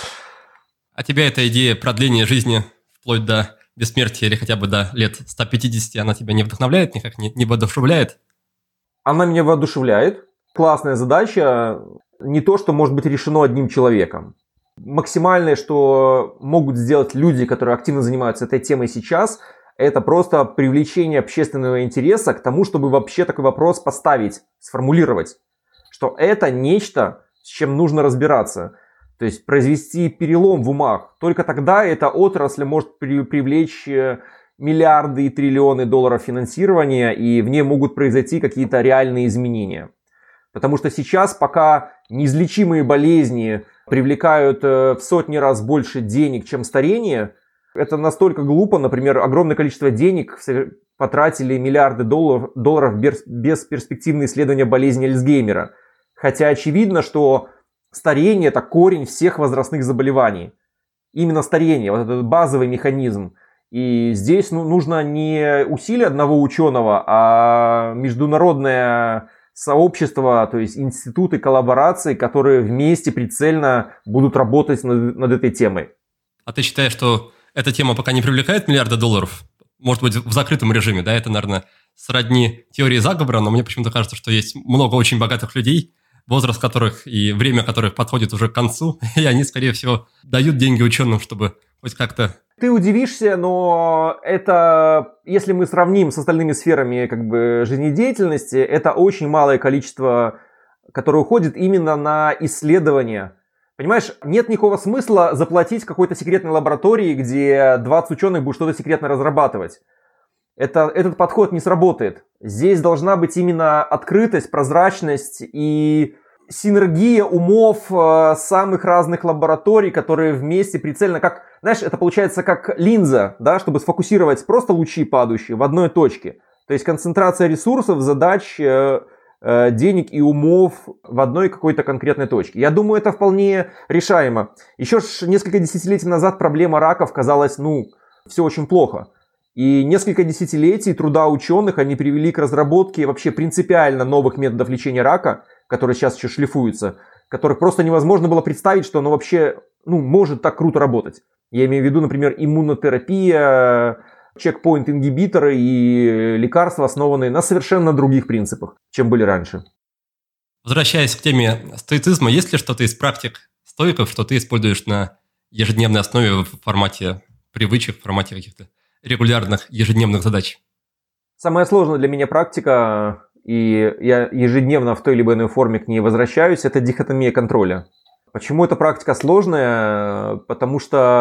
S1: А тебя эта идея продления жизни вплоть до бессмертия или хотя бы до лет ста пятидесяти, она тебя не вдохновляет, никак не, не воодушевляет?
S2: Она меня воодушевляет. Классная задача. не то, что может быть решено одним человеком. Максимальное, что могут сделать люди, которые активно занимаются этой темой сейчас, это просто привлечение общественного интереса к тому, чтобы вообще такой вопрос поставить, сформулировать, что это нечто, с чем нужно разбираться. То есть произвести перелом в умах. Только тогда эта отрасль может при, привлечь миллиарды и триллионы долларов финансирования, и в ней могут произойти какие-то реальные изменения. Потому что сейчас, пока неизлечимые болезни привлекают в сотни раз больше денег, чем старение, это настолько глупо. Например, огромное количество денег потратили миллиарды долларов, долларов без, без перспективы исследования болезни Альцгеймера. Хотя очевидно, что старение – это корень всех возрастных заболеваний. Именно старение, вот этот базовый механизм. И здесь ну, нужно не усилия одного ученого, а международное сообщество, то есть институты коллаборации, которые вместе прицельно будут работать над, над этой темой.
S1: А ты считаешь, что эта тема пока не привлекает миллиарды долларов? Может быть, в закрытом режиме, да? Это, наверное, сродни теории заговора, но мне почему-то кажется, что есть много очень богатых людей, возраст которых и время которых подходит уже к концу, и они, скорее всего, дают деньги ученым, чтобы хоть как-то...
S2: Ты удивишься, но это, если мы сравним с остальными сферами как бы, жизнедеятельности, это очень малое количество, которое уходит именно на исследования. Понимаешь, нет никакого смысла заплатить какой-то секретной лаборатории, где двадцать ученых будут что-то секретно разрабатывать. Это, этот подход не сработает. Здесь должна быть именно открытость, прозрачность и синергия умов э, самых разных лабораторий, которые вместе прицельно, как, знаешь, это получается как линза, да, чтобы сфокусировать просто лучи падающие в одной точке. То есть концентрация ресурсов, задач, э, э, денег и умов в одной какой-то конкретной точке. Я думаю, это вполне решаемо. Еще ж несколько десятилетий назад проблема раков казалась, ну, все очень плохо. И несколько десятилетий труда ученых, они привели к разработке вообще принципиально новых методов лечения рака, которые сейчас еще шлифуются, которых просто невозможно было представить, что оно вообще ну, может так круто работать. Я имею в виду, например, иммунотерапия, чекпоинт-ингибиторы и лекарства, основанные на совершенно других принципах, чем были раньше.
S1: Возвращаясь к теме стоицизма, есть ли что-то из практик стоиков, что ты используешь на ежедневной основе в формате привычек, в формате каких-то регулярных ежедневных задач?
S2: Самая сложная для меня практика, и я ежедневно в той либо иной форме к ней возвращаюсь, это дихотомия контроля. Почему эта практика сложная? Потому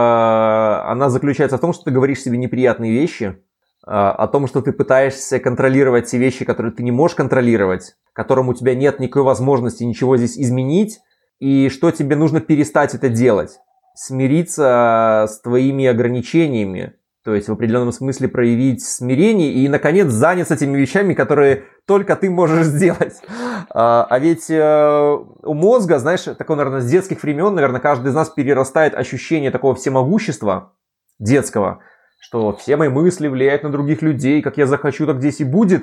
S2: что она заключается в том, что ты говоришь себе неприятные вещи, о том, что ты пытаешься контролировать те вещи, которые ты не можешь контролировать, которым у тебя нет никакой возможности ничего здесь изменить, и что тебе нужно перестать это делать, смириться с твоими ограничениями. То есть в определенном смысле проявить смирение и, наконец, заняться теми вещами, которые только ты можешь сделать. А ведь у мозга, знаешь, такое, наверное, с детских времен, наверное, каждый из нас перерастает ощущение такого всемогущества детского, что все мои мысли влияют на других людей, как я захочу, так здесь и будет.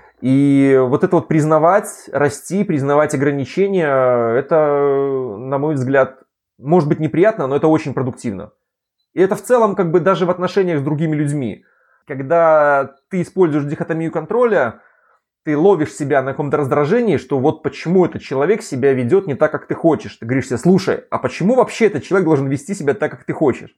S2: И вот это вот признавать, расти, признавать ограничения, это, на мой взгляд, может быть неприятно, но это очень продуктивно. И это в целом как бы даже в отношениях с другими людьми. Когда ты используешь дихотомию контроля, ты ловишь себя на каком-то раздражении, что вот почему этот человек себя ведет не так, как ты хочешь. Ты говоришь себе, слушай, а почему вообще этот человек должен вести себя так, как ты хочешь?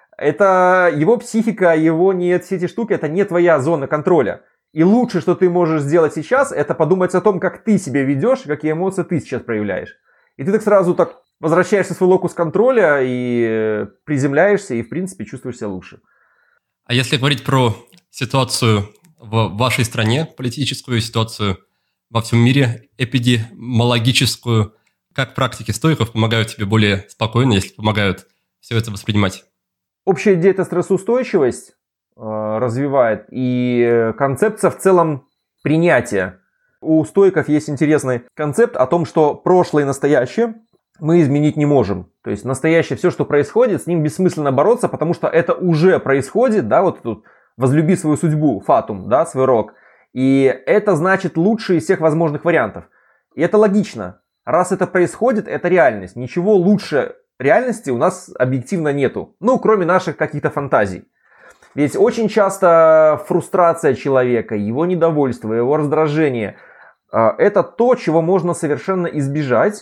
S2: Это его психика, его нет, все эти штуки, это не твоя зона контроля. И лучшее, что ты можешь сделать сейчас, это подумать о том, как ты себя ведешь, какие эмоции ты сейчас проявляешь. И ты так сразу так возвращаешься в свой локус контроля и приземляешься, и, в принципе, чувствуешь себя лучше.
S1: А если говорить про ситуацию в вашей стране, политическую ситуацию во всем мире, эпидемиологическую, как практики стоиков помогают тебе более спокойно, если помогают все это воспринимать?
S2: Общая идея – это стрессоустойчивость э, развивает, и концепция в целом принятия. У стоиков есть интересный концепт о том, что прошлое и настоящее мы изменить не можем. То есть настоящее, все, что происходит, с ним бессмысленно бороться, потому что это уже происходит, да, вот тут возлюби свою судьбу, фатум, да, свой рок. И это значит лучший из всех возможных вариантов. И это логично. Раз это происходит, это реальность. Ничего лучше реальности у нас объективно нету. Ну, кроме наших каких-то фантазий. Ведь очень часто фрустрация человека, его недовольство, его раздражение – это то, чего можно совершенно избежать,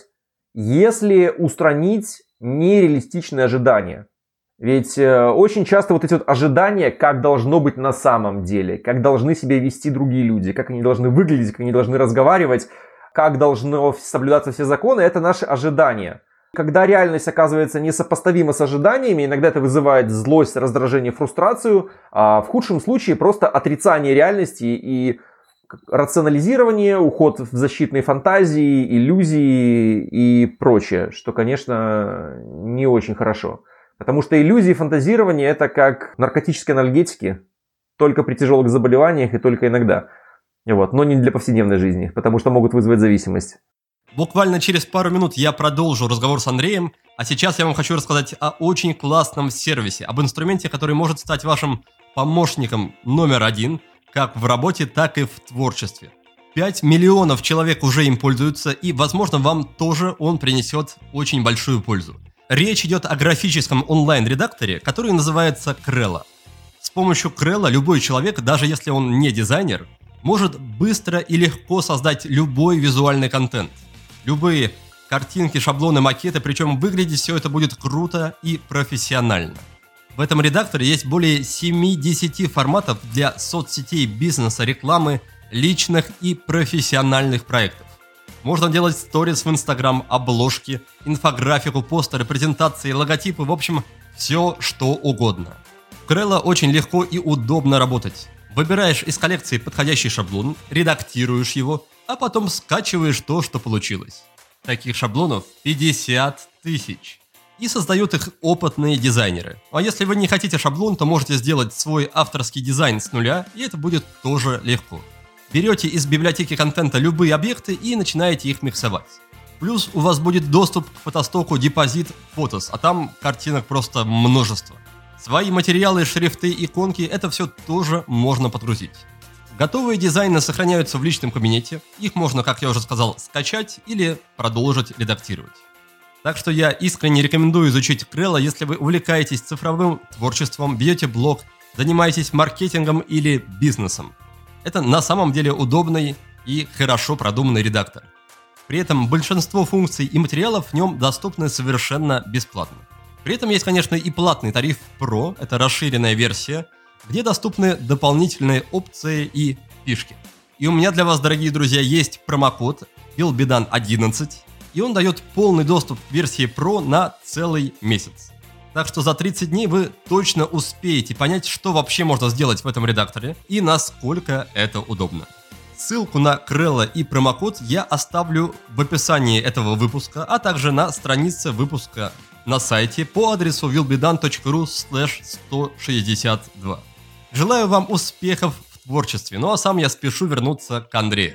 S2: если устранить нереалистичные ожидания. Ведь э, очень часто вот эти вот ожидания, как должно быть на самом деле, как должны себя вести другие люди, как они должны выглядеть, как они должны разговаривать, как должны соблюдаться все законы, это наши ожидания. Когда реальность оказывается несопоставима с ожиданиями, иногда это вызывает злость, раздражение, фрустрацию, а в худшем случае просто отрицание реальности и рационализирование, уход в защитные фантазии, иллюзии и прочее, что, конечно, не очень хорошо. Потому что иллюзии и фантазирование это как наркотические анальгетики, только при тяжелых заболеваниях и только иногда. Вот. Но не для повседневной жизни, потому что могут вызвать зависимость.
S1: Буквально через пару минут я продолжу разговор с Андреем, а сейчас я вам хочу рассказать о очень классном сервисе, об инструменте, который может стать вашим помощником номер один, как в работе, так и в творчестве. пять миллионов человек уже им пользуются, и, возможно, вам тоже он принесет очень большую пользу. Речь идет о графическом онлайн-редакторе, который называется Крелла. С помощью Крелла любой человек, даже если он не дизайнер, может быстро и легко создать любой визуальный контент. Любые картинки, шаблоны, макеты, причем выглядеть все это будет круто и профессионально. В этом редакторе есть более семьдесят форматов для соцсетей, бизнеса, рекламы, личных и профессиональных проектов. Можно делать сторис в Инстаграм, обложки, инфографику, постеры, презентации, логотипы, в общем, все что угодно. В Крелла очень легко и удобно работать. Выбираешь из коллекции подходящий шаблон, редактируешь его, а потом скачиваешь то, что получилось. Таких шаблонов пятьдесят тысяч. И создают их опытные дизайнеры. А если вы не хотите шаблон, то можете сделать свой авторский дизайн с нуля, и это будет тоже легко. Берете из библиотеки контента любые объекты и начинаете их миксовать. Плюс у вас будет доступ к фотостоку Deposit Photos, а там картинок просто множество. Свои материалы, шрифты, иконки, это все тоже можно подгрузить. Готовые дизайны сохраняются в личном кабинете, их можно, как я уже сказал, скачать или продолжить редактировать. Так что я искренне рекомендую изучить Крелла, если вы увлекаетесь цифровым творчеством, ведете блог, занимаетесь маркетингом или бизнесом. Это на самом деле удобный и хорошо продуманный редактор. При этом большинство функций и материалов в нем доступны совершенно бесплатно. При этом есть, конечно, и платный тариф Pro, это расширенная версия, где доступны дополнительные опции и фишки. И у меня для вас, дорогие друзья, есть промокод билбидан одиннадцать, и он дает полный доступ к версии Pro на целый месяц. Так что за тридцать дней вы точно успеете понять, что вообще можно сделать в этом редакторе и насколько это удобно. Ссылку на Крелла и промокод я оставлю в описании этого выпуска, а также на странице выпуска на сайте по адресу билбидан точка ру слэш сто шестьдесят два. Желаю вам успехов в творчестве, ну а сам я спешу вернуться к Андрею.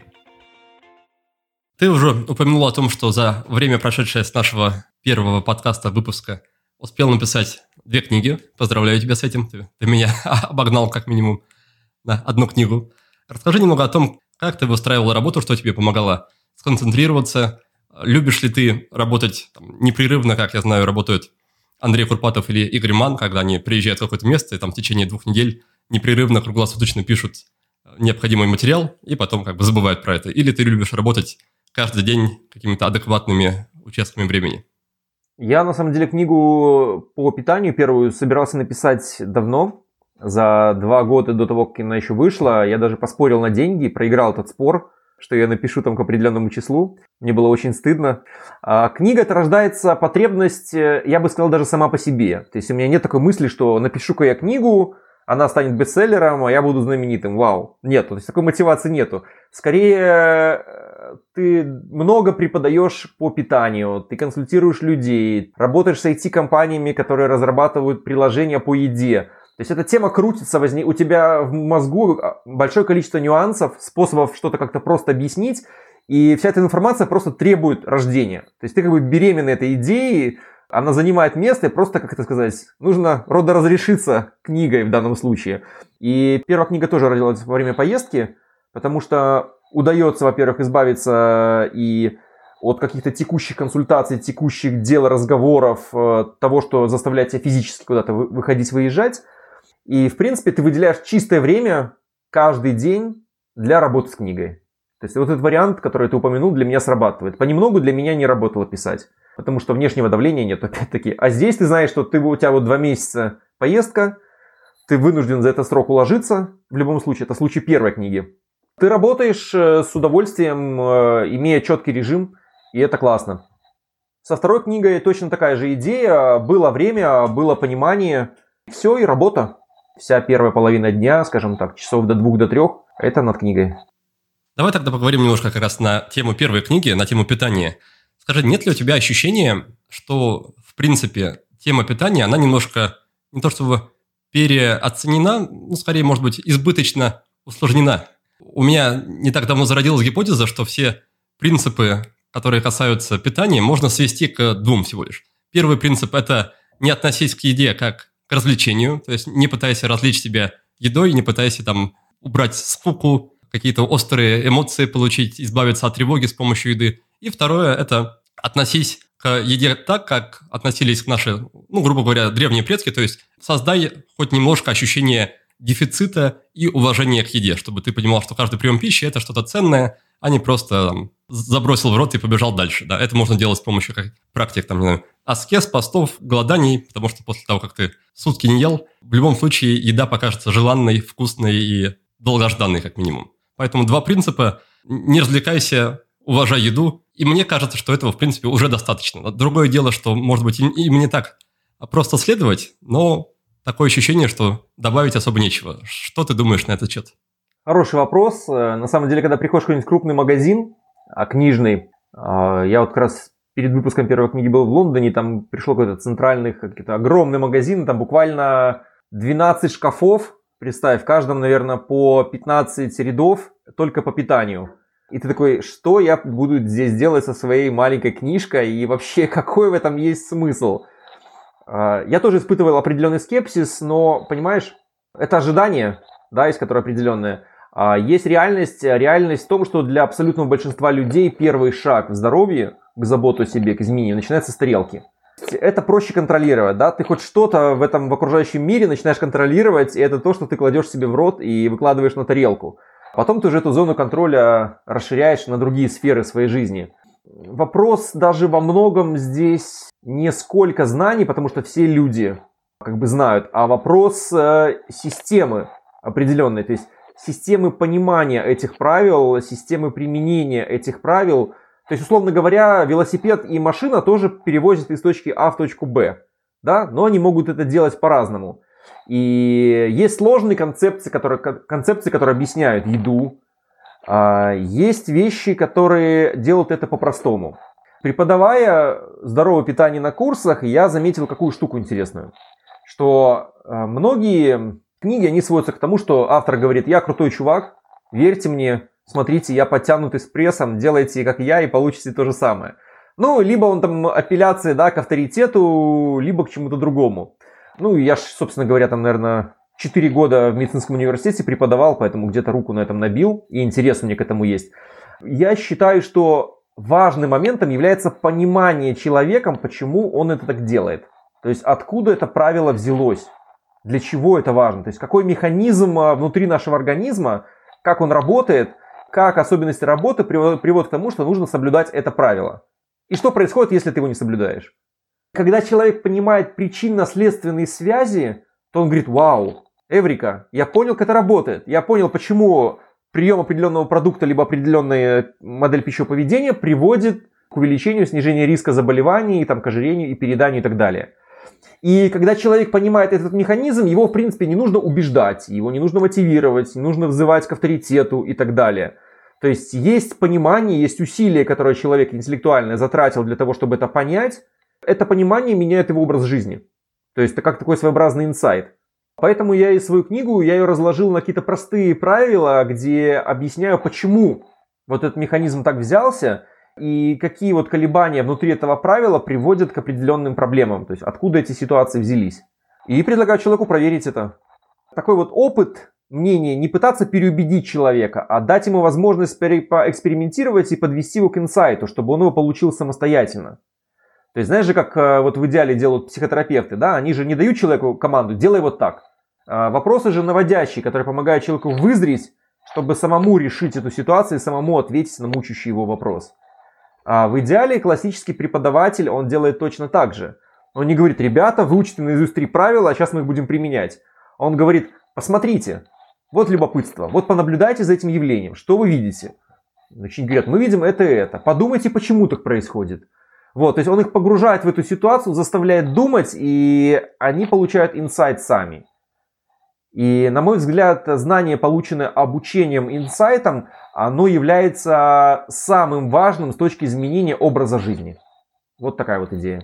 S1: Ты уже упомянул о том, что за время, прошедшее с нашего первого подкаста выпуска, успел написать две книги. Поздравляю тебя с этим. Ты, ты меня обогнал как минимум на одну книгу. Расскажи немного о том, как ты выстраивала работу, что тебе помогало сконцентрироваться. Любишь ли ты работать там, непрерывно, как я знаю, работают Андрей Курпатов или Игорь Ман, когда они приезжают в какое-то место и там в течение двух недель непрерывно, круглосуточно пишут необходимый материал и потом как бы забывают про это. Или ты любишь работать каждый день какими-то адекватными участками времени?
S2: Я, на самом деле, книгу по питанию первую собирался написать давно, за два года до того, как она еще вышла. Я даже поспорил на деньги, проиграл этот спор, что я напишу там к определенному числу. Мне было очень стыдно. А книга это рождается потребность, я бы сказал, даже сама по себе. То есть у меня нет такой мысли, что напишу-ка я книгу, она станет бестселлером, а я буду знаменитым. Вау. Нет, то есть такой мотивации нету. Скорее, ты много преподаешь по питанию, ты консультируешь людей, работаешь с ай ти-компаниями, которые разрабатывают приложения по еде. То есть эта тема крутится, возник... у тебя в мозгу большое количество нюансов, способов что-то как-то просто объяснить, и вся эта информация просто требует рождения. То есть ты как бы беременна этой идеей, она занимает место, и просто, как это сказать, нужно родоразрешиться книгой в данном случае. И первая книга тоже родилась во время поездки, потому что удается, во-первых, избавиться и от каких-то текущих консультаций, текущих дел, разговоров, того, что заставляет тебя физически куда-то выходить, выезжать. И, в принципе, ты выделяешь чистое время каждый день для работы с книгой. То есть вот этот вариант, который ты упомянул, для меня срабатывает. Понемногу для меня не работало писать, потому что внешнего давления нет, опять-таки. А здесь ты знаешь, что ты, у тебя вот два месяца поездка, ты вынужден за этот срок уложиться. В любом случае, это случай первой книги. Ты работаешь с удовольствием, имея четкий режим, и это классно. Со второй книгой точно такая же идея. Было время, было понимание. Все, и работа. Вся первая половина дня, скажем так, часов до двух, до трех, это над книгой.
S1: Давай тогда поговорим немножко как раз на тему первой книги, на тему питания. Скажи, нет ли у тебя ощущения, что, в принципе, тема питания, она немножко, не то чтобы переоценена, ну, скорее, может быть, избыточно усложнена? У меня не так давно зародилась гипотеза, что все принципы, которые касаются питания, можно свести к двум всего лишь. Первый принцип – это не относись к еде как к развлечению, то есть не пытайся развлечь себя едой, не пытайся там убрать скуку, какие-то острые эмоции получить, избавиться от тревоги с помощью еды. И второе – это относись к еде так, как относились к нашей, ну, грубо говоря, древние предки, то есть создай хоть немножко ощущение дефицита и уважения к еде, чтобы ты понимал, что каждый прием пищи – это что-то ценное, а не просто там, забросил в рот и побежал дальше. Да? Это можно делать с помощью как, практик, там, не знаю, аскез, постов, голоданий, потому что после того, как ты сутки не ел, в любом случае еда покажется желанной, вкусной и долгожданной, как минимум. Поэтому два принципа – не развлекайся, уважай еду, и мне кажется, что этого, в принципе, уже достаточно. Другое дело, что, может быть, им, им не так просто следовать, но такое ощущение, что добавить особо нечего. Что ты думаешь на этот счет?
S2: Хороший вопрос. На самом деле, когда приходишь в какой-нибудь крупный магазин, книжный, я вот как раз перед выпуском первой книги был в Лондоне, там пришел какой-то центральный, какой-то огромный магазин, там буквально двенадцать шкафов, представь, в каждом, наверное, по пятнадцать рядов только по питанию. И ты такой, что я буду здесь делать со своей маленькой книжкой, и вообще, какой в этом есть смысл? Я тоже испытывал определенный скепсис, но, понимаешь, это ожидание, да, есть которое определенное. Есть реальность, реальность в том, что для абсолютного большинства людей первый шаг в здоровье, к заботе о себе, к изменению, начинается с тарелки. Это проще контролировать, да, ты хоть что-то в этом в окружающем мире начинаешь контролировать, и это то, что ты кладешь себе в рот и выкладываешь на тарелку. Потом ты уже эту зону контроля расширяешь на другие сферы своей жизни. Вопрос даже во многом здесь не сколько знаний, потому что все люди как бы знают, а вопрос э, системы определенной, то есть системы понимания этих правил, системы применения этих правил. То есть, условно говоря, велосипед и машина тоже перевозят из точки А в точку Б, да, но они могут это делать по-разному. И есть сложные концепции, которые, концепции, которые объясняют еду. Есть вещи, которые делают это по-простому. Преподавая здоровое питание на курсах, я заметил какую штуку интересную. Что многие книги, они сводятся к тому, что автор говорит: я крутой чувак, верьте мне, смотрите, я подтянутый с прессом, делайте как я и получите то же самое. Ну, либо он там апелляции, да, к авторитету, либо к чему-то другому. Ну, я, собственно говоря, там, наверное, четыре года в медицинском университете преподавал, поэтому где-то руку на этом набил, и интерес у меня к этому есть. Я считаю, что важным моментом является понимание человеком, почему он это так делает. То есть, откуда это правило взялось, для чего это важно, то есть, какой механизм внутри нашего организма, как он работает, как особенности работы приводят к тому, что нужно соблюдать это правило. И что происходит, если ты его не соблюдаешь? Когда человек понимает причинно-следственные связи, то он говорит: вау, эврика, я понял, как это работает. Я понял, почему прием определенного продукта либо определенная модель пищевого поведения приводит к увеличению, снижению риска заболеваний, там, к ожирению и перееданию и так далее. И когда человек понимает этот механизм, его, в принципе, не нужно убеждать, его не нужно мотивировать, не нужно взывать к авторитету и так далее. То есть есть понимание, есть усилия, которые человек интеллектуально затратил для того, чтобы это понять. Это понимание меняет его образ жизни. То есть это как такой своеобразный инсайт. Поэтому я и свою книгу, я ее разложил на какие-то простые правила, где объясняю, почему вот этот механизм так взялся, и какие вот колебания внутри этого правила приводят к определенным проблемам. То есть откуда эти ситуации взялись. И предлагаю человеку проверить это. Такой вот опыт, мнение, не пытаться переубедить человека, а дать ему возможность поэкспериментировать и подвести его к инсайту, чтобы он его получил самостоятельно. То есть, знаешь же, как вот в идеале делают психотерапевты, да, они же не дают человеку команду: делай вот так. А вопросы же наводящие, которые помогают человеку вызреть чтобы самому решить эту ситуацию и самому ответить на мучающий его вопрос. А в идеале классический преподаватель, он делает точно так же. Он не говорит: ребята, выучите наизусть три правила, а сейчас мы их будем применять. Он говорит: посмотрите, вот любопытство, вот понаблюдайте за этим явлением, что вы видите? Ученики говорят: мы видим это и это, подумайте, почему так происходит. Вот, то есть он их погружает в эту ситуацию, заставляет думать, и они получают инсайт сами. И, на мой взгляд, знание, полученное обучением инсайтом, оно является самым важным с точки изменения образа жизни. Вот такая вот идея.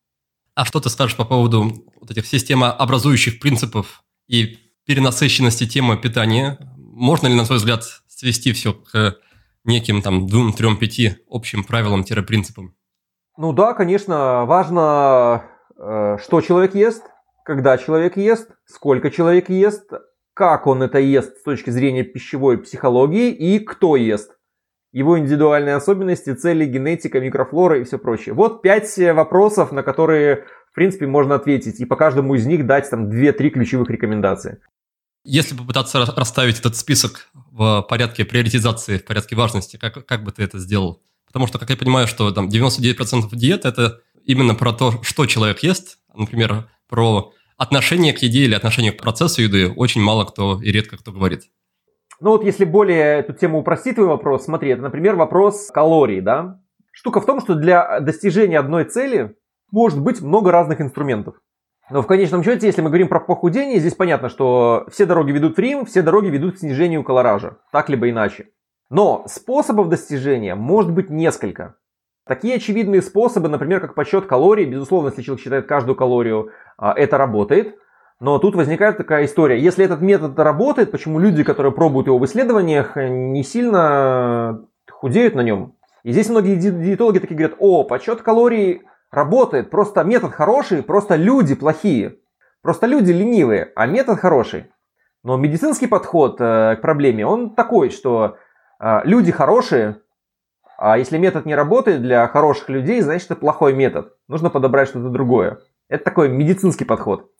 S1: А что ты скажешь по поводу вот этих системообразующих принципов и перенасыщенности темы питания? Можно ли, на твой взгляд, свести все к неким там двум, трем, пяти общим правилам-принципам?
S2: Ну да, конечно, важно, что человек ест, когда человек ест, сколько человек ест, как он это ест с точки зрения пищевой психологии и кто ест. Его индивидуальные особенности, цели, генетика, микрофлора и все прочее. Вот пять вопросов, на которые, в принципе, можно ответить. И по каждому из них дать там две-три ключевых рекомендации.
S1: Если попытаться расставить этот список в порядке приоритизации, в порядке важности, как, как бы ты это сделал? Потому что, как я понимаю, что там девяносто девять процентов диет – это именно про то, что человек ест. Например, про отношение к еде или отношение к процессу еды очень мало кто и редко кто говорит.
S2: Ну вот если более эту тему упростить твой вопрос, смотри, это, например, вопрос калорий, да? Штука в том, что для достижения одной цели может быть много разных инструментов. Но в конечном счете, если мы говорим про похудение, здесь понятно, что все дороги ведут в Рим, все дороги ведут к снижению колоража, так либо иначе. Но способов достижения может быть несколько. Такие очевидные способы, например, как подсчет калорий, безусловно, если человек считает каждую калорию, это работает. Но тут возникает такая история. Если этот метод работает, почему люди, которые пробуют его в исследованиях, не сильно худеют на нем? И здесь многие диетологи такие говорят: о, подсчет калорий работает, просто метод хороший, просто люди плохие. Просто люди ленивые, а метод хороший. Но медицинский подход к проблеме, он такой, что люди хорошие, а если метод не работает для хороших людей, значит это плохой метод. Нужно подобрать что-то другое. Это такой медицинский подход.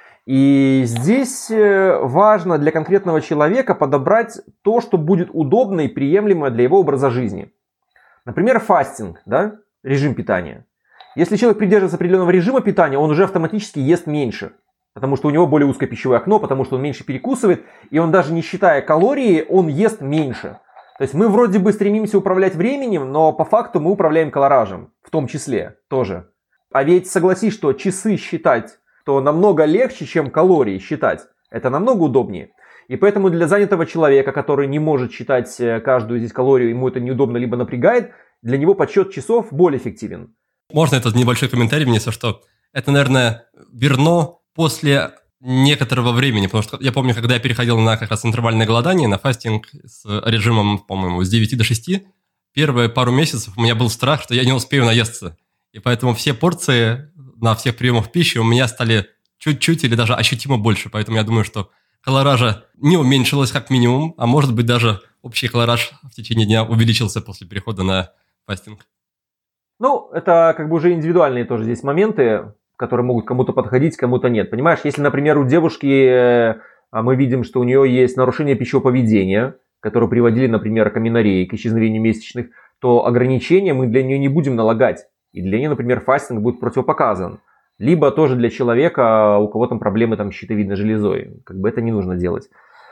S2: И здесь важно для конкретного человека подобрать то, что будет удобно и приемлемо для его образа жизни. Например, фастинг, да? Режим питания. Если человек придерживается определенного режима питания, он уже автоматически ест меньше. Потому что у него более узкое пищевое окно, потому что он меньше перекусывает. И он даже не считая калории, он ест меньше. То есть мы вроде бы стремимся управлять временем, но по факту мы управляем колоражем. В том числе тоже. А ведь согласись, что часы считать то намного легче, чем калории считать. Это намного удобнее. И поэтому для занятого человека, который не может считать каждую здесь калорию, ему это неудобно либо напрягает, для него подсчет часов более эффективен.
S1: Можно этот небольшой комментарий внести, что это, наверное, верно после некоторого времени, потому что я помню, когда я переходил на как раз интервальное голодание, на фастинг с режимом, по-моему, с девяти до шести, первые пару месяцев у меня был страх, что я не успею наесться. И поэтому все порции на всех приемах пищи у меня стали чуть-чуть или даже ощутимо больше. Поэтому я думаю, что колоража не уменьшилась как минимум, а может быть даже общий колораж в течение дня увеличился после перехода на фастинг.
S2: Ну, это как бы уже индивидуальные тоже здесь моменты, которые могут кому-то подходить, кому-то нет. Понимаешь, если, например, у девушки мы видим, что у нее есть нарушение пищевого поведения, которые приводили, например, к аменореи, к исчезновению месячных, то ограничения мы для нее не будем налагать. И для нее, например, фастинг будет противопоказан. Либо тоже для человека, у кого там проблемы там, с щитовидной железой. Как бы это не нужно делать.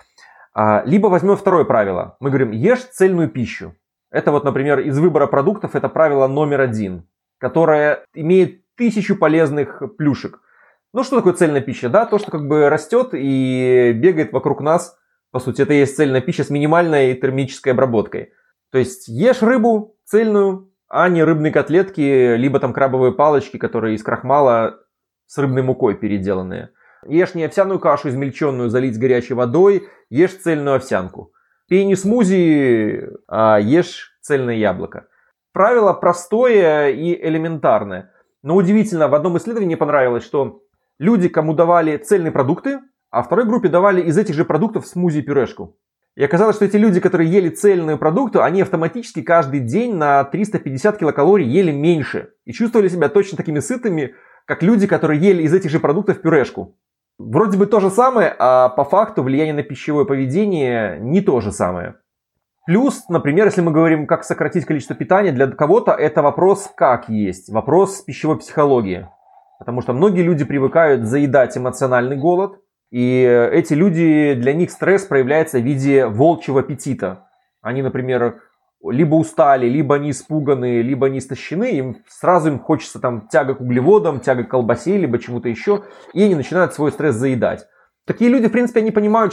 S2: Либо возьмем второе правило. Мы говорим: ешь цельную пищу. Это вот, например, из выбора продуктов это правило номер один, которое имеет тысячу полезных плюшек. Ну, что такое цельная пища? Да, то, что как бы растет и бегает вокруг нас. По сути, это и есть цельная пища с минимальной термической обработкой. То есть ешь рыбу цельную, а не рыбные котлетки, либо там крабовые палочки, которые из крахмала с рыбной мукой переделанные. Ешь не овсяную кашу измельченную, залить с горячей водой, ешь цельную овсянку. Пей не смузи, а ешь цельное яблоко. Правило простое и элементарное. Но удивительно, в одном исследовании мне понравилось, что люди, кому давали цельные продукты, а второй группе давали из этих же продуктов смузи и пюрешку. И оказалось, что эти люди, которые ели цельные продукты, они автоматически каждый день на триста пятьдесят килокалорий ели меньше. И чувствовали себя точно такими сытыми, как люди, которые ели из этих же продуктов пюрешку. Вроде бы то же самое, а по факту влияние на пищевое поведение не то же самое. Плюс, например, если мы говорим, как сократить количество питания, для кого-то это вопрос как есть, вопрос пищевой психологии. Потому что многие люди привыкают заедать эмоциональный голод, и эти люди, для них стресс проявляется в виде волчьего аппетита. Они, например, либо устали, либо они испуганы, либо они истощены, им сразу им хочется там тяга к углеводам, тяга к колбасе, либо чему-то еще, и они начинают свой стресс заедать. Такие люди, в принципе, они понимают,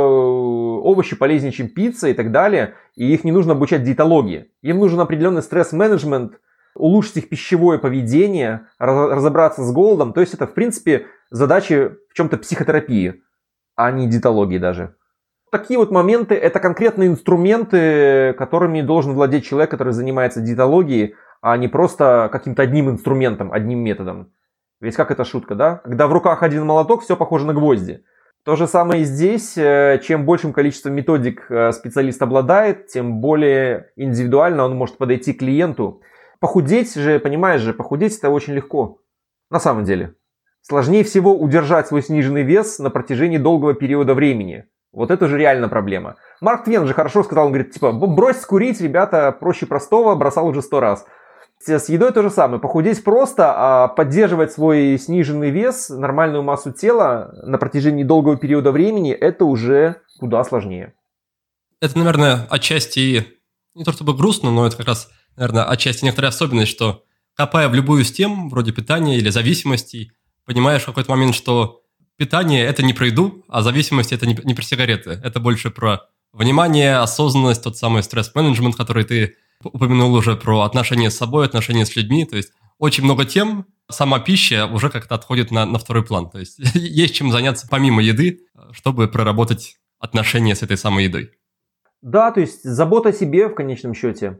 S2: что овощи полезнее, чем пицца и так далее, и их не нужно обучать диетологии. Им нужен определенный стресс-менеджмент, улучшить их пищевое поведение, разобраться с голодом. То есть это, в принципе, задачи в чем-то психотерапии, а не диетологии даже. Такие вот моменты, это конкретные инструменты, которыми должен владеть человек, который занимается диетологией, а не просто каким-то одним инструментом, одним методом. Ведь как это шутка, да? Когда в руках один молоток, все похоже на гвозди. То же самое и здесь. Чем большим количеством методик специалист обладает, тем более индивидуально он может подойти к клиенту. Похудеть же, понимаешь же, похудеть это очень легко. На самом деле. Сложнее всего удержать свой сниженный вес на протяжении долгого периода времени. Вот это же реально проблема. Марк Твен же хорошо сказал, он говорит, типа, брось курить, ребята, проще простого, бросал уже сто раз. С едой то же самое. Похудеть просто, а поддерживать свой сниженный вес, нормальную массу тела на протяжении долгого периода времени, это уже куда сложнее.
S1: Это, наверное, отчасти, не то чтобы грустно, но это как раз, наверное, отчасти некоторая особенность, что копая в любую из тем, вроде питания или зависимостей, понимаешь в какой-то момент, что питание – это не про еду, а зависимость – это не, не про сигареты. Это больше про внимание, осознанность, тот самый стресс-менеджмент, который ты упомянул уже, про отношения с собой, отношения с людьми. То есть очень много тем, сама пища уже как-то отходит на, на второй план. То есть есть чем заняться помимо еды, чтобы проработать отношения с этой самой едой.
S2: Да, то есть забота о себе в конечном счете.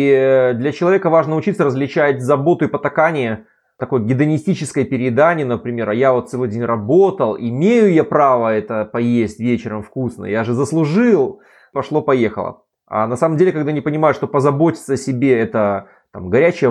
S2: И для человека важно учиться различать заботу и потакание, такое гедонистическое переедание, например, а я вот целый день работал, имею я право это поесть вечером вкусно, я же заслужил, пошло-поехало. А на самом деле, когда не понимают, что позаботиться о себе это там, горячая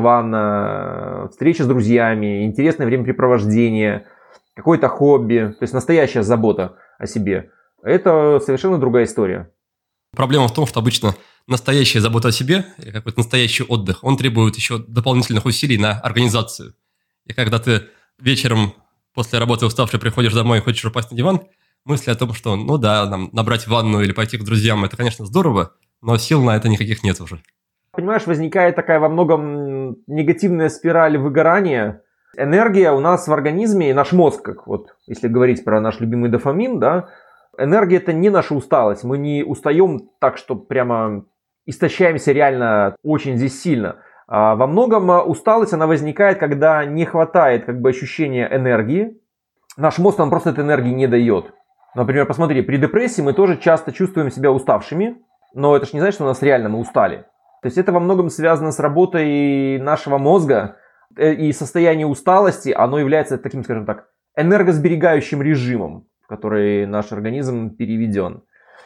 S2: ванна, встреча с друзьями, интересное времяпрепровождение, какое-то хобби, то есть настоящая забота о себе, это совершенно другая история.
S1: Проблема в том, что обычно настоящая забота о себе, какой-то настоящий отдых, он требует еще дополнительных усилий на организацию. И когда ты вечером после работы уставший приходишь домой и хочешь упасть на диван, мысли о том, что, ну да, нам набрать ванну или пойти к друзьям, это, конечно, здорово, но сил на это никаких нет уже.
S2: Понимаешь, возникает такая во многом негативная спираль выгорания. Энергия у нас в организме, и наш мозг, как вот, если говорить про наш любимый дофамин, да, энергия это не наша усталость. Мы не устаем так, что прямо истощаемся реально очень здесь сильно. А во многом усталость, она возникает, когда не хватает как бы ощущения энергии. Наш мозг нам просто этой энергии не дает. Например, посмотри, при депрессии мы тоже часто чувствуем себя уставшими, но это же не значит, что у нас реально мы устали. То есть это во многом связано с работой нашего мозга, и состояние усталости, оно является таким, скажем так, энергосберегающим режимом, в который наш организм переведен.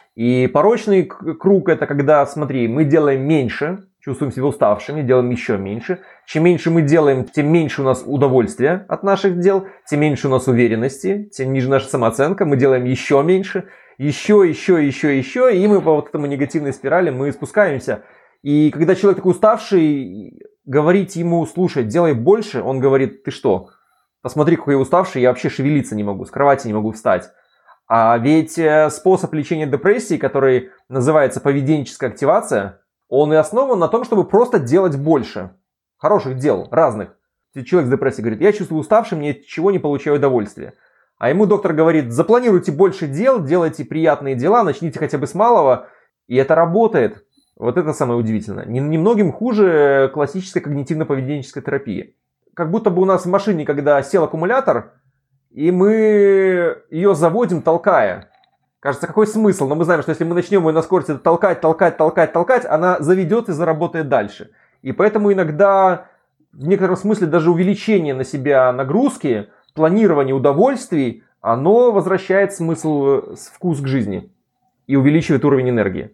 S2: И порочный круг это когда, смотри, мы делаем меньше, чувствуем себя уставшими, делаем еще меньше. Чем меньше мы делаем, тем меньше у нас удовольствия от наших дел, тем меньше у нас уверенности, тем ниже наша самооценка, мы делаем еще меньше, еще, еще, еще, еще, и мы по вот этому негативной спирали мы спускаемся. И когда человек такой уставший, говорить ему, слушай, делай больше, он говорит, ты что, посмотри, какой я уставший, я вообще шевелиться не могу, с кровати не могу встать. А ведь способ лечения депрессии, который называется поведенческая активация, он и основан на том, чтобы просто делать больше хороших дел, разных. Человек с депрессией говорит, я чувствую уставшим, ни от чего не получаю удовольствия. А ему доктор говорит, запланируйте больше дел, делайте приятные дела, начните хотя бы с малого, и это работает. Вот это самое удивительное. Немногим хуже классической когнитивно-поведенческой терапии. Как будто бы у нас в машине, когда сел аккумулятор, и мы ее заводим, толкая. Кажется, какой смысл? Но мы знаем, что если мы начнем ее на скорости толкать, толкать, толкать, толкать, она заведет и заработает дальше. И поэтому иногда, в некотором смысле, даже увеличение на себя нагрузки, планирование удовольствий, оно возвращает смысл, вкус к жизни и увеличивает уровень энергии.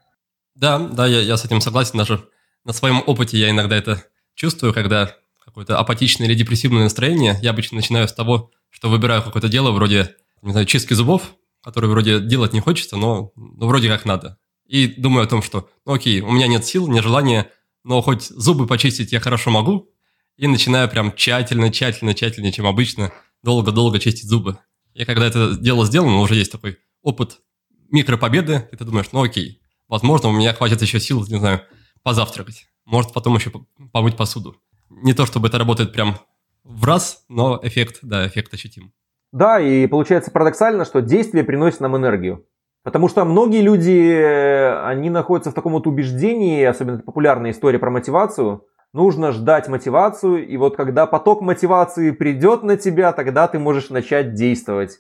S1: Да, да, я, я с этим согласен. Даже на своем опыте я иногда это чувствую, когда какое-то апатичное или депрессивное настроение. Я обычно начинаю с того, что выбираю какое-то дело вроде не знаю, чистки зубов, которые вроде делать не хочется, но, но вроде как надо. И думаю о том, что, ну окей, у меня нет сил, нет желания, но хоть зубы почистить я хорошо могу, и начинаю прям тщательно, тщательно, тщательнее, чем обычно, долго-долго чистить зубы. И когда это дело сделано, уже есть такой опыт микропобеды, и ты думаешь, ну окей, возможно, у меня хватит еще сил, не знаю, позавтракать, может потом еще помыть посуду. Не то, чтобы это работает прям в раз, но эффект, да, эффект ощутим.
S2: Да, и получается парадоксально, что действие приносит нам энергию. Потому что многие люди, они находятся в таком вот убеждении, особенно популярная история про мотивацию, нужно ждать мотивацию, и вот когда поток мотивации придет на тебя, тогда ты можешь начать действовать.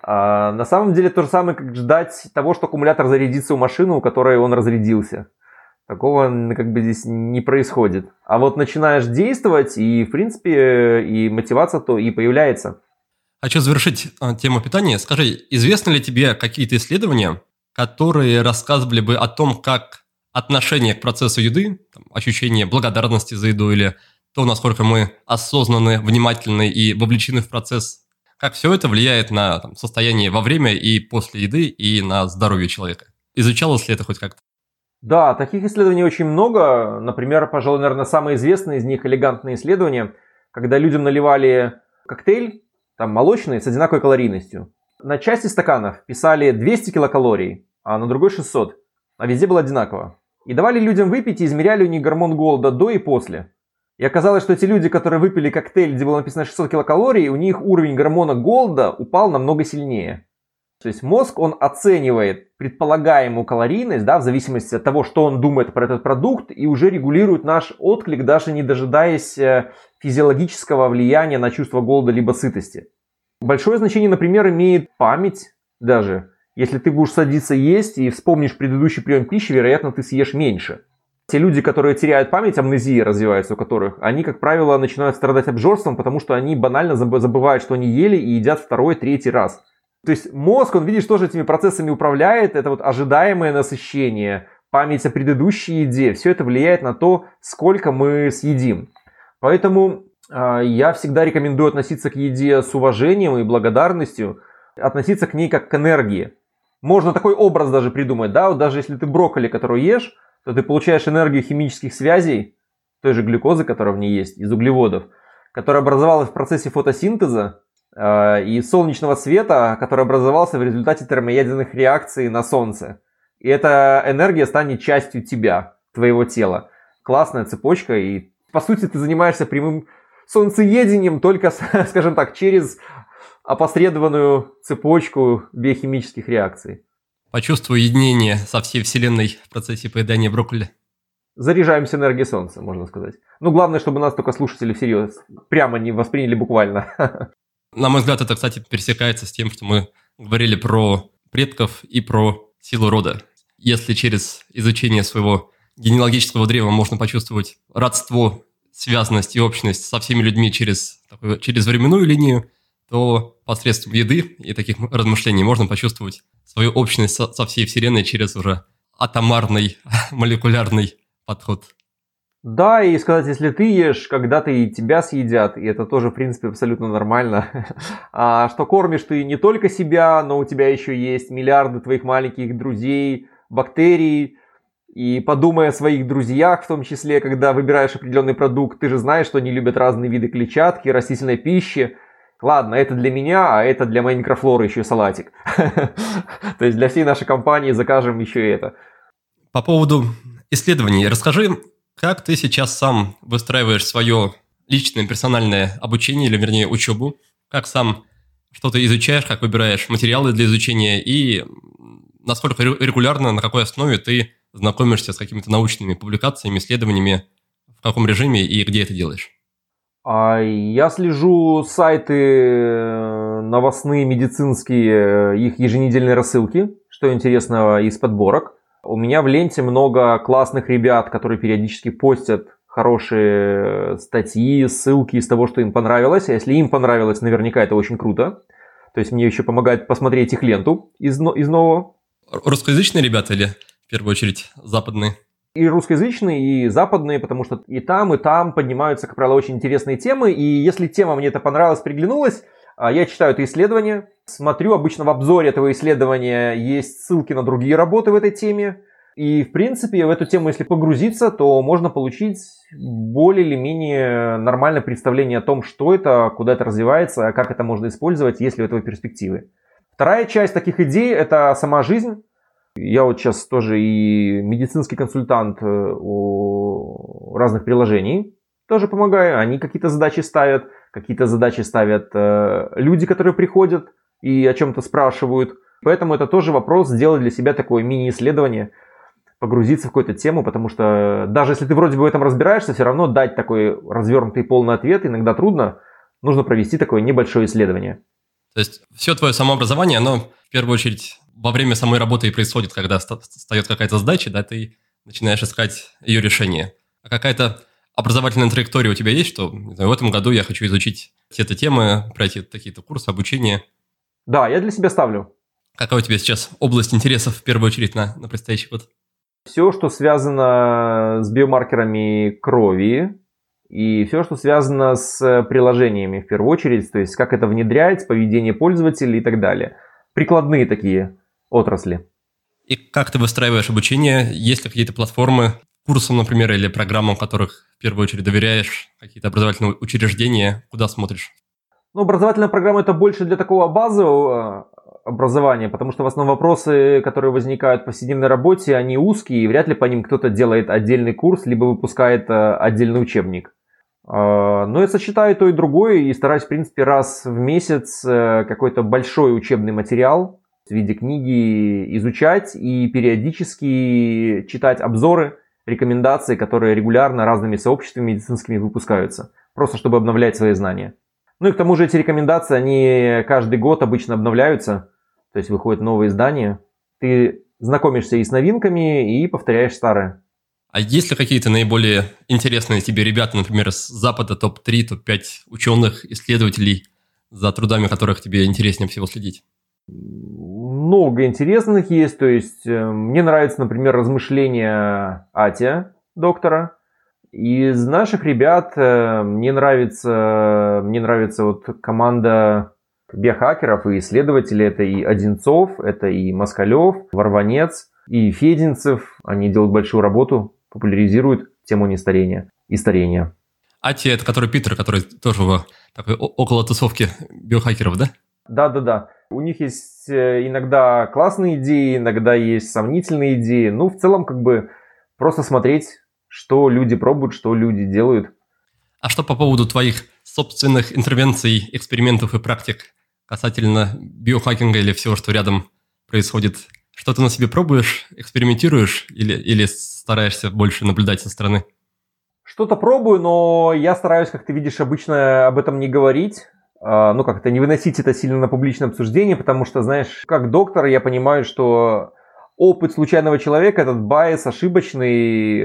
S2: А на самом деле то же самое, как ждать того, что аккумулятор зарядится у машины, у которой он разрядился. Такого как бы здесь не происходит. А вот начинаешь действовать, и в принципе и мотивация то и появляется.
S1: Хочу завершить тему питания. Скажи, известны ли тебе какие-то исследования, которые рассказывали бы о том, как отношение к процессу еды, там, ощущение благодарности за еду или то, насколько мы осознанны, внимательны и вовлечены в процесс, как все это влияет на там, состояние во время и после еды и на здоровье человека? Изучалось ли это хоть как-то?
S2: Да, таких исследований очень много. Например, пожалуй, наверное, самое известное из них элегантное исследование, когда людям наливали коктейль, там молочный, с одинаковой калорийностью. На части стаканов писали двести килокалорий, а на другой шестьсот, а везде было одинаково. И давали людям выпить и измеряли у них гормон голода до и после. И оказалось, что те люди, которые выпили коктейль, где было написано шестьсот килокалорий, у них уровень гормона голода упал намного сильнее. То есть мозг, он оценивает предполагаемую калорийность, да, в зависимости от того, что он думает про этот продукт, и уже регулирует наш отклик, даже не дожидаясь физиологического влияния на чувство голода либо сытости. Большое значение, например, имеет память даже. Если ты будешь садиться есть и вспомнишь предыдущий прием пищи, вероятно, ты съешь меньше. Те люди, которые теряют память, амнезия развивается у которых, они, как правило, начинают страдать обжорством, потому что они банально забывают, что они ели, и едят второй, третий раз. То есть мозг, он, видишь, тоже этими процессами управляет. Это вот ожидаемое насыщение, память о предыдущей еде. Все это влияет на то, сколько мы съедим. Поэтому э, я всегда рекомендую относиться к еде с уважением и благодарностью. Относиться к ней как к энергии. Можно такой образ даже придумать. Да? Вот даже если ты брокколи, который ешь, то ты получаешь энергию химических связей, той же глюкозы, которая в ней есть, из углеводов, которая образовалась в процессе фотосинтеза, и солнечного света, который образовался в результате термоядерных реакций на солнце. И эта энергия станет частью тебя, твоего тела. Классная цепочка, и по сути ты занимаешься прямым солнцеедением, только, скажем так, через опосредованную цепочку биохимических реакций.
S1: Почувствуй единение со всей вселенной в процессе поедания брокколи.
S2: Заряжаемся энергией солнца, можно сказать. Ну, главное, чтобы нас только слушатели всерьез прямо не восприняли буквально.
S1: На мой взгляд, это, кстати, пересекается с тем, что мы говорили про предков и про силу рода. Если через изучение своего генеалогического древа можно почувствовать родство, связанность и общность со всеми людьми через, такую, через временную линию, то посредством еды и таких размышлений можно почувствовать свою общность со, со всей Вселенной через уже атомарный, молекулярный подход.
S2: Да, и сказать, если ты ешь, когда-то и тебя съедят, и это тоже, в принципе, абсолютно нормально. А что кормишь ты не только себя, но у тебя еще есть миллиарды твоих маленьких друзей, бактерий. И подумай о своих друзьях, в том числе, когда выбираешь определенный продукт, ты же знаешь, что они любят разные виды клетчатки, растительной пищи. Ладно, это для меня, а это для моей микрофлоры еще салатик. То есть для всей нашей компании закажем еще и это.
S1: По поводу исследований, расскажи, как ты сейчас сам выстраиваешь свое личное персональное обучение, или вернее учебу, как сам что-то изучаешь, как выбираешь материалы для изучения и насколько регулярно, на какой основе ты знакомишься с какими-то научными публикациями, исследованиями, в каком режиме и где это делаешь?
S2: Я слежу сайты новостные, медицинские, их еженедельные рассылки, что интересного из подборок. У меня в ленте много классных ребят, которые периодически постят хорошие статьи, ссылки из того, что им понравилось. А если им понравилось, наверняка это очень круто. То есть мне еще помогает посмотреть их ленту из, из нового.
S1: Русскоязычные ребята или в первую очередь западные?
S2: И русскоязычные, и западные, потому что и там, и там поднимаются, как правило, очень интересные темы. И если тема мне это понравилась, приглянулась, Я читаю это исследование, смотрю, обычно в обзоре этого исследования есть ссылки на другие работы в этой теме. И, в принципе, в эту тему, если погрузиться, то можно получить более или менее нормальное представление о том, что это, куда это развивается, как это можно использовать, есть ли у этого перспективы. Вторая часть таких идей – это сама жизнь. Я вот сейчас тоже и медицинский консультант у разных приложений тоже помогаю. Они какие-то задачи ставят, какие-то задачи ставят люди, которые приходят и о чем-то спрашивают. Поэтому это тоже вопрос сделать для себя такое мини-исследование, погрузиться в какую-то тему, потому что даже если ты вроде бы в этом разбираешься, все равно дать такой развернутый полный ответ иногда трудно. Нужно провести такое небольшое исследование.
S1: То есть все твое самообразование, оно в первую очередь во время самой работы и происходит, когда встает какая-то задача, да, ты начинаешь искать ее решение. А какая-то образовательная траектория у тебя есть, что не знаю, в этом году я хочу изучить те-то темы, пройти такие-то курсы, обучение?
S2: Да, я для себя ставлю.
S1: Какая у тебя сейчас область интересов в первую очередь на, на предстоящий год?
S2: Все, что связано с биомаркерами крови и все, что связано с приложениями в первую очередь, то есть как это внедрять, поведение пользователей и так далее. Прикладные такие отрасли.
S1: И как ты выстраиваешь обучение? Есть ли какие-то платформы, курсам, например, или программам, которых в первую очередь доверяешь, какие-то образовательные учреждения, куда смотришь?
S2: Ну, образовательная программа это больше для такого базового образования, потому что в основном вопросы, которые возникают в повседневной работе, они узкие, и вряд ли по ним кто-то делает отдельный курс, либо выпускает отдельный учебник. Но я сочетаю то и другое и стараюсь, в принципе, раз в месяц какой-то большой учебный материал в виде книги изучать и периодически читать обзоры, рекомендации, которые регулярно разными сообществами медицинскими выпускаются, просто чтобы обновлять свои знания. Ну и к тому же эти рекомендации, они каждый год обычно обновляются, то есть выходят новые издания. Ты знакомишься и с новинками, и повторяешь старые.
S1: А есть ли какие-то наиболее интересные тебе ребята, например, с Запада, топ три, топ пять ученых, исследователей, за трудами которых тебе интереснее всего следить?
S2: Много интересных есть, то есть мне нравится, например, размышления Атия, доктора. Из наших ребят мне нравится, мне нравится вот команда биохакеров и исследователей. Это и Одинцов, это и Москалев, Варванец, и Фединцев. Они делают большую работу, популяризируют тему нестарения и старения.
S1: Атия, это который Питер, который тоже в такой около тусовки биохакеров, да?
S2: Да-да-да. У них есть иногда классные идеи, иногда есть сомнительные идеи. Ну, в целом, как бы просто смотреть, что люди пробуют, что люди делают.
S1: А что по поводу твоих собственных интервенций, экспериментов и практик касательно биохакинга или всего, что рядом происходит? Что ты на себе пробуешь, экспериментируешь или, или стараешься больше наблюдать со стороны?
S2: Что-то пробую, но я стараюсь, как ты видишь, обычно об этом не говорить. Ну, как-то не выносить это сильно на публичное обсуждение, потому что, знаешь, как доктор я понимаю, что опыт случайного человека, этот байс ошибочный,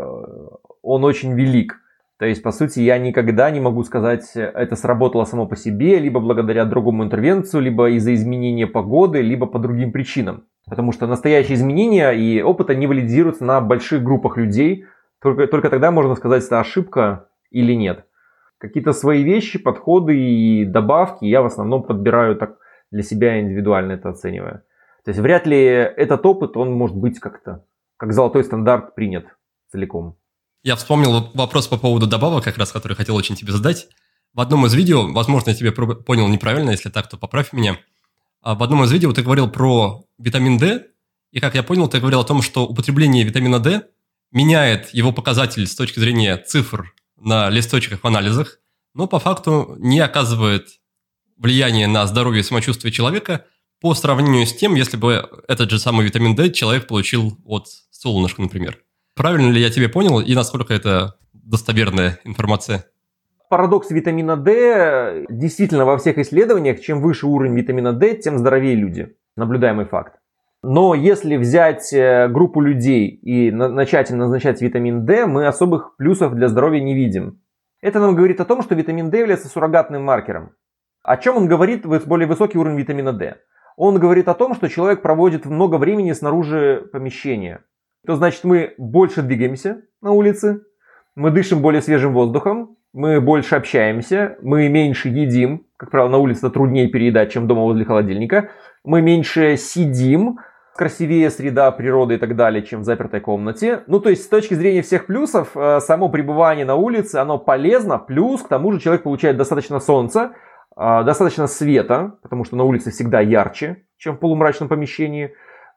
S2: он очень велик. То есть, по сути, я никогда не могу сказать, это сработало само по себе, либо благодаря другому интервенцию, либо из-за изменения погоды, либо по другим причинам. Потому что настоящие изменения и опыт, они валидируются на больших группах людей. Только, только тогда можно сказать, это ошибка или нет. Какие-то свои вещи, подходы и добавки я в основном подбираю так для себя индивидуально это оценивая. То есть вряд ли этот опыт, он может быть как-то, как золотой стандарт принят целиком.
S1: Я вспомнил вопрос по поводу добавок, как раз, который хотел очень тебе задать. В одном из видео, возможно, я тебя понял неправильно, если так, то поправь меня. В одном из видео ты говорил про витамин D, и, как я понял, ты говорил о том, что употребление витамина D меняет его показатель с точки зрения цифр на листочках в анализах, но по факту не оказывает влияния на здоровье и самочувствие человека по сравнению с тем, если бы этот же самый витамин D человек получил от солнышка, например. Правильно ли я тебя понял и насколько это достоверная информация?
S2: Парадокс витамина D. Действительно, во всех исследованиях, чем выше уровень витамина D, тем здоровее люди. Наблюдаемый факт. Но если взять группу людей и начать им назначать витамин D, мы особых плюсов для здоровья не видим. Это нам говорит о том, что витамин D является суррогатным маркером. О чем он говорит, более высокий уровень витамина D? Он говорит о том, что человек проводит много времени снаружи помещения. То значит, мы больше двигаемся на улице, мы дышим более свежим воздухом, мы больше общаемся, мы меньше едим, Как правило, на улице это труднее переедать, чем дома возле холодильника. Мы меньше сидим, красивее среда, природа и так далее, чем в запертой комнате. Ну, то есть, с точки зрения всех плюсов, само пребывание на улице, оно полезно. Плюс, к тому же, человек получает достаточно солнца, достаточно света, потому что на улице всегда ярче, чем в полумрачном помещении.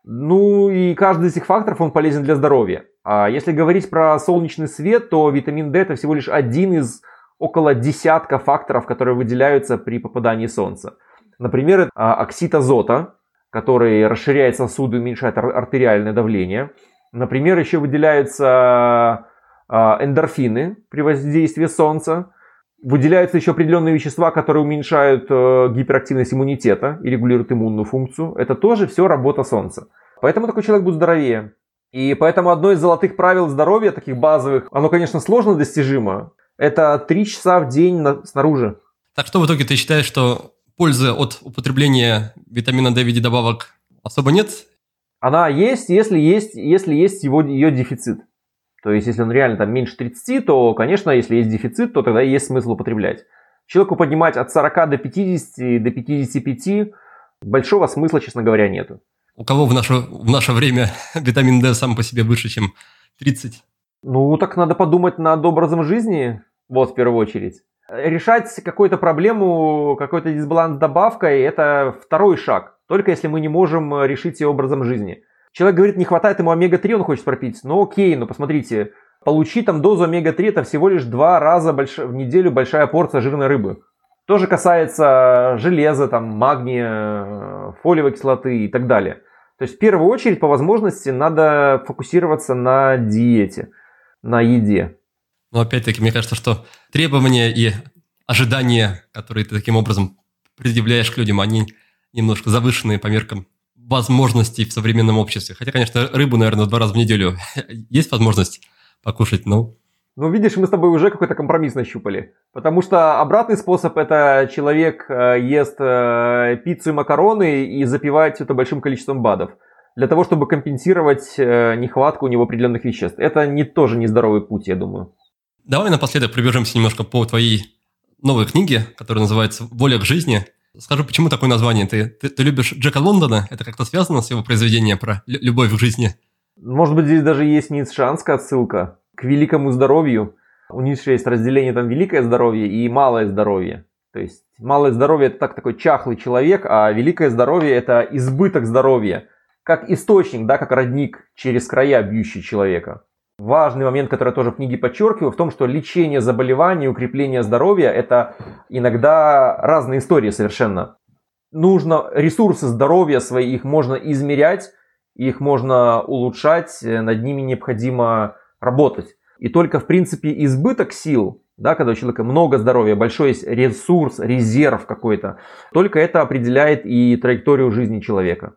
S2: Ну, и каждый из этих факторов, он полезен для здоровья. А если говорить про солнечный свет, то витамин D это всего лишь один из около десятка факторов, которые выделяются при попадании солнца. Например, это оксид азота, который расширяет сосуды, уменьшает артериальное давление. Например, еще выделяются эндорфины при воздействии солнца. Выделяются еще определенные вещества, которые уменьшают гиперактивность иммунитета и регулируют иммунную функцию. Это тоже все работа солнца. Поэтому такой человек будет здоровее. И поэтому одно из золотых правил здоровья, таких базовых, оно, конечно, сложно достижимо. Это три часа в день на, снаружи.
S1: Так что в итоге ты считаешь, что пользы от употребления витамина D в виде добавок особо нет?
S2: Она есть, если есть, если есть его, ее дефицит. То есть, если он реально там меньше тридцати, то, конечно, если есть дефицит, то тогда есть смысл употреблять. Человеку поднимать от сорока до пятидесяти, до пятидесяти пяти большого смысла, честно говоря, нету.
S1: У кого в наше, в наше время витамин D сам по себе выше, чем тридцать?
S2: Ну, так надо подумать над образом жизни, вот в первую очередь. Решать какую-то проблему, какой-то дисбаланс с добавкой – это второй шаг. Только если мы не можем решить ее образом жизни. Человек говорит, не хватает ему омега три, он хочет пропить. Ну окей, ну посмотрите, получи там дозу омега три, это всего лишь два раза больш... в неделю большая порция жирной рыбы. Тоже касается железа, там, магния, фолиевой кислоты и так далее. То есть в первую очередь по возможности надо фокусироваться на диете, на еде.
S1: Но опять-таки, мне кажется, что требования и ожидания, которые ты таким образом предъявляешь к людям, они немножко завышенные по меркам возможностей в современном обществе. Хотя, конечно, рыбу, наверное, два раза в неделю есть возможность покушать, но...
S2: Ну, видишь, мы с тобой уже какой-то компромисс нащупали. Потому что обратный способ – это человек ест пиццу и макароны и запивает это большим количеством БАДов. Для того, чтобы компенсировать нехватку у него определенных веществ. Это не, тоже нездоровый путь, я думаю.
S1: Давай напоследок пробежимся немножко по твоей новой книге, которая называется «Воля к жизни». Скажу, почему такое название? Ты, ты, ты любишь Джека Лондона? Это как-то связано с его произведением про любовь к жизни?
S2: Может быть, здесь даже есть ницшеанская отсылка к великому здоровью. У Ницше есть разделение там великое здоровье и малое здоровье. То есть малое здоровье – это так, такой чахлый человек, а великое здоровье – это избыток здоровья. Как источник, да, как родник через края, бьющий человека. Важный момент, который я тоже в книге подчеркиваю, в том, что лечение заболеваний, укрепление здоровья – это иногда разные истории совершенно. Нужно ресурсы здоровья свои, их можно измерять, их можно улучшать, над ними необходимо работать. И только, в принципе, избыток сил, да, когда у человека много здоровья, большой есть ресурс, резерв какой-то, только это определяет и траекторию жизни человека.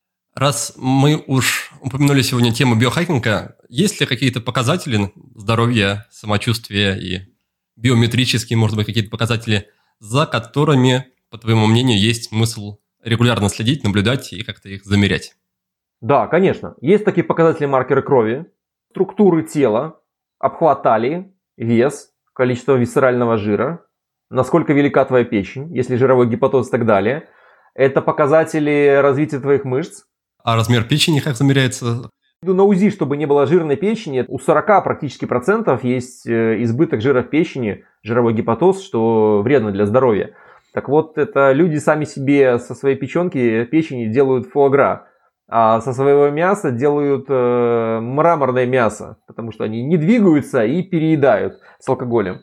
S1: Раз мы уж упомянули сегодня тему биохакинга, есть ли какие-то показатели здоровья, самочувствия и биометрические, может быть, какие-то показатели, за которыми, по твоему мнению, есть смысл регулярно следить, наблюдать и как-то их замерять?
S2: Да, конечно. Есть такие показатели маркеры крови, структуры тела, обхват талии, вес, количество висцерального жира, насколько велика твоя печень, если жировой гепатоз и так далее. Это показатели развития твоих мышц.
S1: А размер печени как замеряется?
S2: На УЗИ, чтобы не было жирной печени, у сорока практически процентов есть избыток жира в печени, жировой гепатоз, что вредно для здоровья. Так вот, это люди сами себе со своей печенки, печени делают фуагра, а со своего мяса делают э, мраморное мясо, потому что они не двигаются и переедают с алкоголем.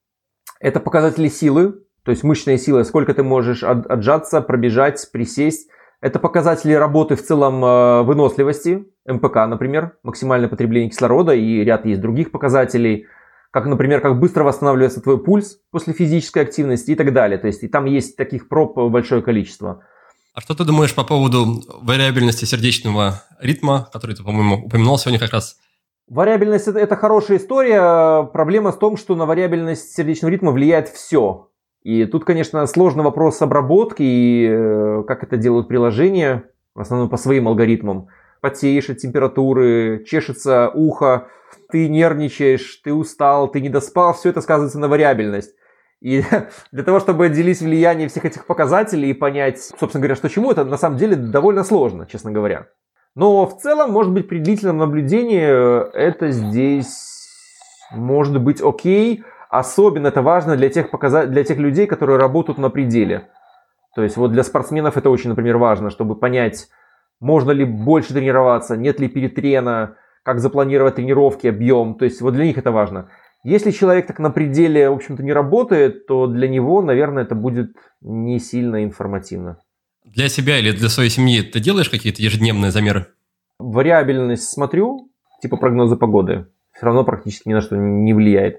S2: Это показатели силы, то есть мышечная сила, сколько ты можешь отжаться, пробежать, присесть. Это показатели работы в целом выносливости, эм пэ ка, например, максимальное потребление кислорода, и ряд есть других показателей, как, например, как быстро восстанавливается твой пульс после физической активности и так далее. То есть и там есть таких проб большое количество.
S1: А что ты думаешь по поводу вариабельности сердечного ритма, который ты, по-моему, упоминал сегодня как раз?
S2: Вариабельность – это хорошая история. Проблема в том, что на вариабельность сердечного ритма влияет все. И тут, конечно, сложный вопрос обработки и э, как это делают приложения, в основном по своим алгоритмам. Потеешь от температуры, чешется ухо, ты нервничаешь, ты устал, ты не доспал, все это сказывается на вариабельность. И для того, чтобы отделить влияние всех этих показателей и понять, собственно говоря, что чему, это на самом деле довольно сложно, честно говоря. Но в целом, может быть, при длительном наблюдении это здесь может быть окей. Особенно это важно для тех, показа... для тех людей, которые работают на пределе. То есть вот для спортсменов это очень, например, важно, чтобы понять, можно ли больше тренироваться, нет ли перетрена, как запланировать тренировки, объем. То есть вот для них это важно. Если человек так на пределе, в общем-то, не работает, то для него, наверное, это будет не сильно информативно.
S1: Для себя или для своей семьи ты делаешь какие-то ежедневные замеры?
S2: Вариабельность смотрю, типа прогнозы погоды. Все равно практически ни на что не влияет.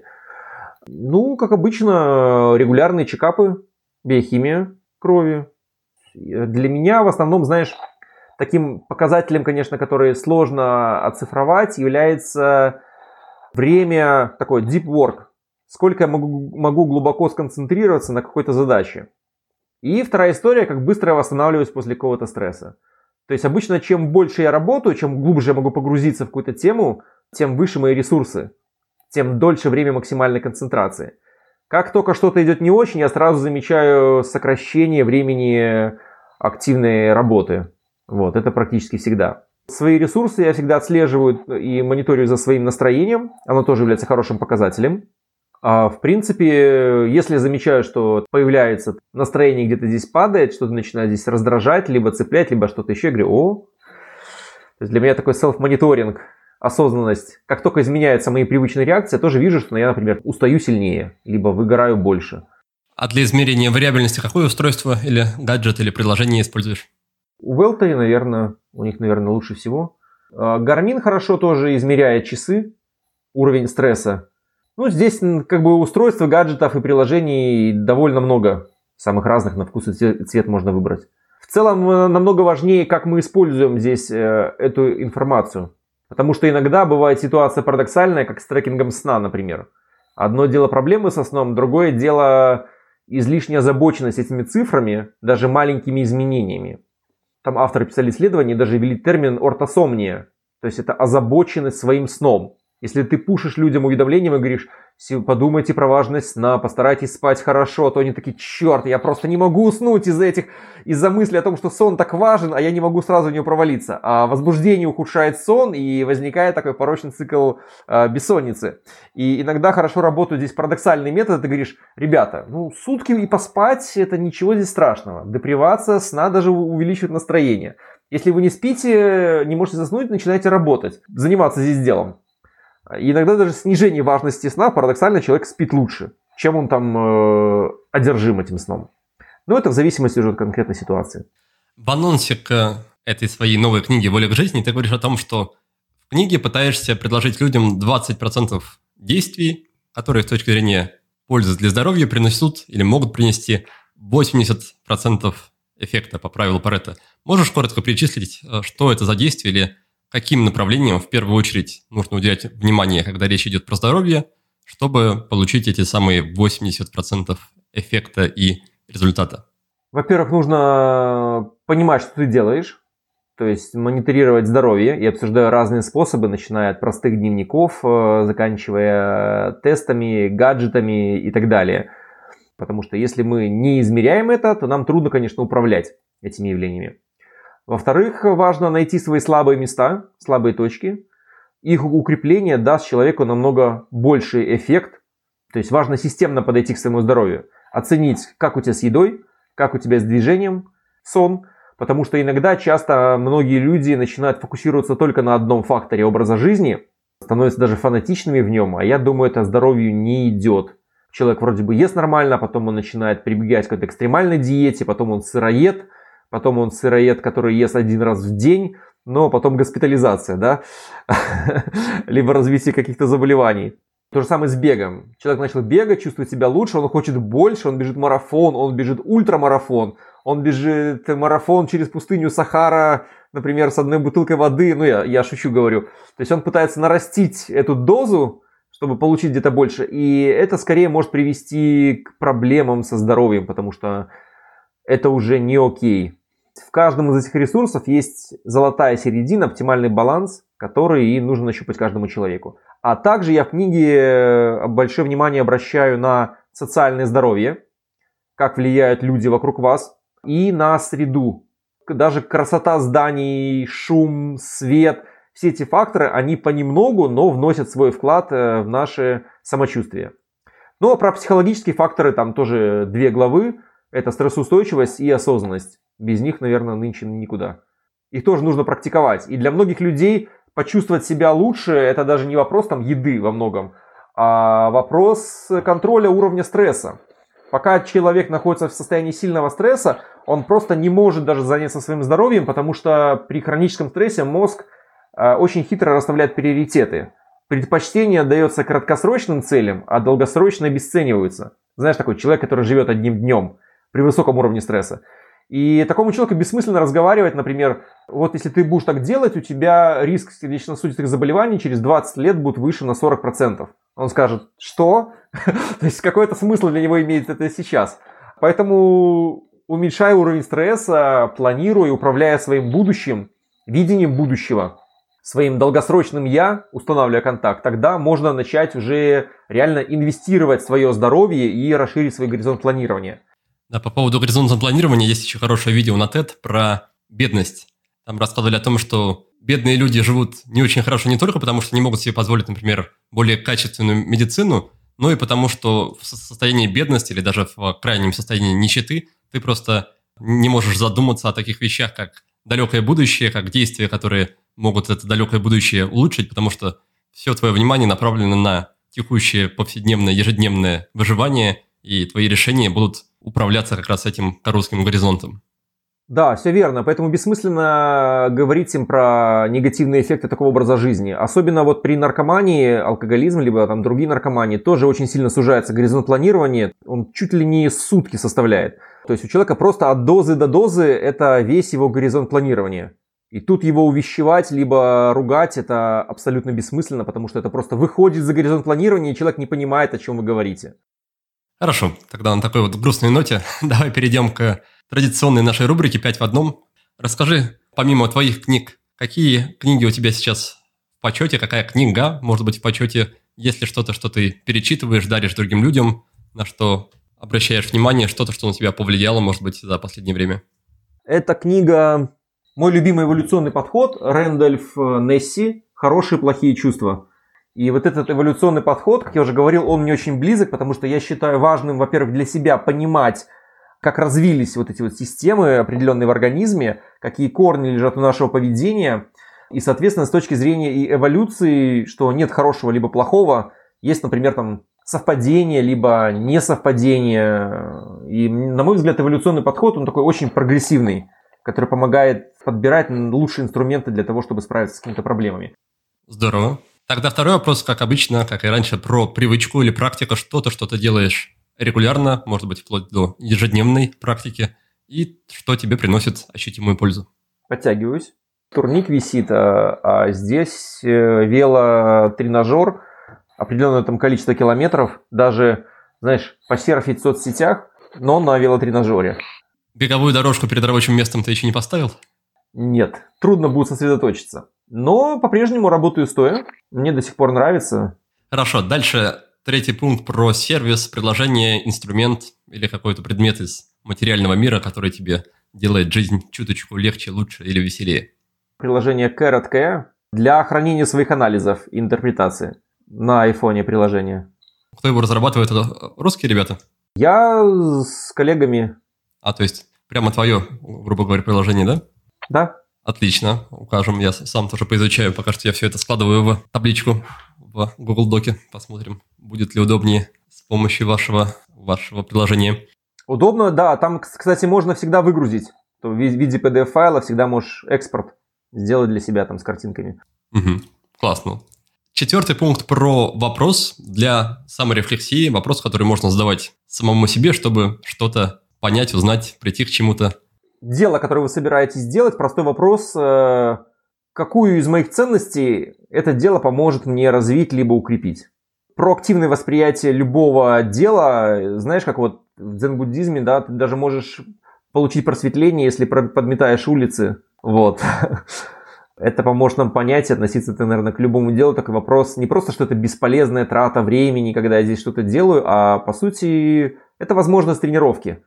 S2: Ну, как обычно, регулярные чекапы, биохимия крови. Для меня в основном, знаешь, таким показателем, конечно, который сложно оцифровать, является время такой deep work. Сколько я могу, могу глубоко сконцентрироваться на какой-то задаче. И вторая история, как быстро я восстанавливаюсь после какого-то стресса. То есть обычно, чем больше я работаю, чем глубже я могу погрузиться в какую-то тему, тем выше мои ресурсы, тем дольше время максимальной концентрации. Как только что-то идет не очень, я сразу замечаю сокращение времени активной работы. Вот, это практически всегда. Свои ресурсы я всегда отслеживаю и мониторю за своим настроением. Оно тоже является хорошим показателем. А в принципе, если я замечаю, что появляется настроение, где-то здесь падает, что-то начинает здесь раздражать, либо цеплять, либо что-то еще, я говорю, о. То есть для меня такой селф-мониторинг, осознанность. Как только изменяются мои привычные реакции, я тоже вижу, что я, например, устаю сильнее, либо выгораю больше.
S1: А для измерения вариабельности какое устройство или гаджет или приложение используешь?
S2: У Велтери, наверное, у них, наверное, лучше всего. Garmin хорошо тоже измеряет часы, уровень стресса. Ну, здесь как бы устройств, гаджетов и приложений довольно много. Самых разных, на вкус и цвет можно выбрать. В целом, намного важнее, как мы используем здесь эту информацию. Потому что иногда бывает ситуация парадоксальная, как с трекингом сна, например. Одно дело проблемы со сном, другое дело излишняя озабоченность этими цифрами, даже маленькими изменениями. Там авторы писали исследования и даже ввели термин ортосомния. То есть это озабоченность своим сном. Если ты пушишь людям уведомлением и говоришь, подумайте про важность сна, постарайтесь спать хорошо, то они такие, черт, я просто не могу уснуть из-за этих, из-за мысли о том, что сон так важен, а я не могу сразу в него провалиться. А возбуждение ухудшает сон, и возникает такой порочный цикл э, бессонницы. И иногда хорошо работают здесь парадоксальные методы. Ты говоришь, ребята, ну сутки и поспать, это ничего здесь страшного. Депривация сна даже увеличивает настроение. Если вы не спите, не можете заснуть, начинайте работать, заниматься здесь делом. И иногда даже снижение важности сна, парадоксально, человек спит лучше, чем он там э, одержим этим сном. Но это в зависимости уже от конкретной ситуации.
S1: В анонсе к этой своей новой книге «Воля к жизни» ты говоришь о том, что в книге пытаешься предложить людям двадцать процентов действий, которые с точки зрения пользы для здоровья принесут или могут принести восемьдесят процентов эффекта по правилу Парето. Можешь коротко перечислить, что это за действия или каким направлением в первую очередь нужно уделять внимание, когда речь идет про здоровье, чтобы получить эти самые восемьдесят процентов эффекта и результата?
S2: Во-первых, нужно понимать, что ты делаешь, то есть мониторировать здоровье. Я обсуждаю разные способы, начиная от простых дневников, заканчивая тестами, гаджетами и так далее. Потому что если мы не измеряем это, то нам трудно, конечно, управлять этими явлениями. Во-вторых, важно найти свои слабые места, слабые точки. Их укрепление даст человеку намного больший эффект. То есть важно системно подойти к своему здоровью. Оценить, как у тебя с едой, как у тебя с движением, сон. Потому что иногда, часто многие люди начинают фокусироваться только на одном факторе образа жизни, становятся даже фанатичными в нем, а я думаю, это здоровью не идет. Человек вроде бы ест нормально, потом он начинает прибегать к какой-то экстремальной диете, потом он сыроед, потом он сыроед, который ест один раз в день, но потом госпитализация, да, либо развитие каких-то заболеваний. То же самое с бегом. Человек начал бегать, чувствует себя лучше, он хочет больше, он бежит марафон, он бежит ультрамарафон, он бежит марафон через пустыню Сахара, например, с одной бутылкой воды, ну я, я шучу говорю. То есть он пытается нарастить эту дозу, чтобы получить где-то больше, и это скорее может привести к проблемам со здоровьем, потому что это уже не окей. В каждом из этих ресурсов есть золотая середина, оптимальный баланс, который и нужно нащупать каждому человеку. А также я в книге большое внимание обращаю на социальное здоровье, как влияют люди вокруг вас, и на среду. Даже красота зданий, шум, свет, все эти факторы, они понемногу, но вносят свой вклад в наше самочувствие. Ну а про психологические факторы там тоже две главы. Это стрессоустойчивость и осознанность. Без них, наверное, нынче никуда. Их тоже нужно практиковать. И для многих людей почувствовать себя лучше, это даже не вопрос там еды во многом, а вопрос контроля уровня стресса. Пока человек находится в состоянии сильного стресса, он просто не может даже заняться своим здоровьем, потому что при хроническом стрессе мозг очень хитро расставляет приоритеты. Предпочтение отдается краткосрочным целям, а долгосрочно обесцениваются. Знаешь, такой человек, который живет одним днем при высоком уровне стресса. И такому человеку бессмысленно разговаривать, например, вот если ты будешь так делать, у тебя риск сердечно-сосудистых заболеваний через двадцать лет будет выше на сорок процентов. Он скажет, что? То есть какой-то смысл для него имеет это сейчас. Поэтому уменьшай уровень стресса, планируй, управляя своим будущим, видением будущего, своим долгосрочным «я», устанавливая контакт, тогда можно начать уже реально инвестировать в свое здоровье и расширить свой горизонт планирования.
S1: Да, по поводу горизонта планирования есть еще хорошее видео на TED про бедность. Там рассказывали о том, что бедные люди живут не очень хорошо не только потому, что не могут себе позволить, например, более качественную медицину, но и потому, что в состоянии бедности или даже в крайнем состоянии нищеты ты просто не можешь задуматься о таких вещах, как далекое будущее, как действия, которые могут это далекое будущее улучшить, потому что все твое внимание направлено на текущее повседневное, ежедневное выживание, и твои решения будут управляться как раз этим коротким горизонтом.
S2: Да, все верно. Поэтому бессмысленно говорить им про негативные эффекты такого образа жизни. Особенно вот при наркомании, алкоголизм, либо там другие наркомании, тоже очень сильно сужается горизонт планирования. Он чуть ли не сутки составляет. То есть у человека просто от дозы до дозы это весь его горизонт планирования. И тут его увещевать, либо ругать, это абсолютно бессмысленно, потому что это просто выходит за горизонт планирования, и человек не понимает, о чем вы говорите.
S1: Хорошо, тогда на такой вот грустной ноте давай перейдем к традиционной нашей рубрике «пять в одном». Расскажи, помимо твоих книг, какие книги у тебя сейчас в почете, какая книга может быть в почете, есть ли что-то, что ты перечитываешь, даришь другим людям, на что обращаешь внимание, что-то, что на тебя повлияло, может быть, за последнее время?
S2: Это книга «Мой любимый эволюционный подход» Рэндольф Несси «Хорошие и плохие чувства». И вот этот эволюционный подход, как я уже говорил, он мне очень близок, потому что я считаю важным, во-первых, для себя понимать, как развились вот эти вот системы определенные в организме, какие корни лежат у нашего поведения. И, соответственно, с точки зрения и эволюции, что нет хорошего либо плохого, есть, например, там совпадение, либо несовпадение. И, на мой взгляд, эволюционный подход, он такой очень прогрессивный, который помогает подбирать лучшие инструменты для того, чтобы справиться с какими-то проблемами.
S1: Здорово. Тогда второй вопрос, как обычно, как и раньше, про привычку или практику, что-то, что ты делаешь регулярно, может быть, вплоть до ежедневной практики, и что тебе приносит ощутимую пользу.
S2: Подтягиваюсь. Турник висит, а, а здесь велотренажер, определенное там количество километров, даже, знаешь, посерфить в соцсетях, но на велотренажере.
S1: Беговую дорожку перед рабочим местом ты еще не поставил?
S2: Нет, трудно будет сосредоточиться. Но по-прежнему работаю стоя. Мне до сих пор нравится.
S1: Хорошо, дальше третий пункт про сервис, приложение, инструмент или какой-то предмет из материального мира, который тебе делает жизнь чуточку легче, лучше или веселее.
S2: Приложение Carrot Care для хранения своих анализов и интерпретации. На айфоне приложение.
S1: Кто его разрабатывает? Это русские ребята?
S2: Я с коллегами.
S1: А, то есть прямо твое, грубо говоря, приложение, да?
S2: Да.
S1: Отлично, укажем. Я сам тоже поизучаю, пока что я все это складываю в табличку в Google Доке. Посмотрим, будет ли удобнее с помощью вашего, вашего приложения.
S2: Удобно, да. Там, кстати, можно всегда выгрузить. В виде пи ди эф-файла всегда можешь экспорт сделать для себя там с картинками.
S1: Угу. Классно. Четвертый пункт про вопрос для саморефлексии. Вопрос, который можно задавать самому себе, чтобы что-то понять, узнать, прийти к чему-то.
S2: Дело, которое вы собираетесь сделать, простой вопрос, какую из моих ценностей это дело поможет мне развить либо укрепить. Проактивное восприятие любого дела, знаешь, как вот в дзен-буддизме, да, ты даже можешь получить просветление, если подметаешь улицы. Вот. Это поможет нам понять и относиться, наверное, к любому делу. Такой вопрос не просто, что это бесполезная трата времени, когда я здесь что-то делаю, а по сути это возможность тренировки.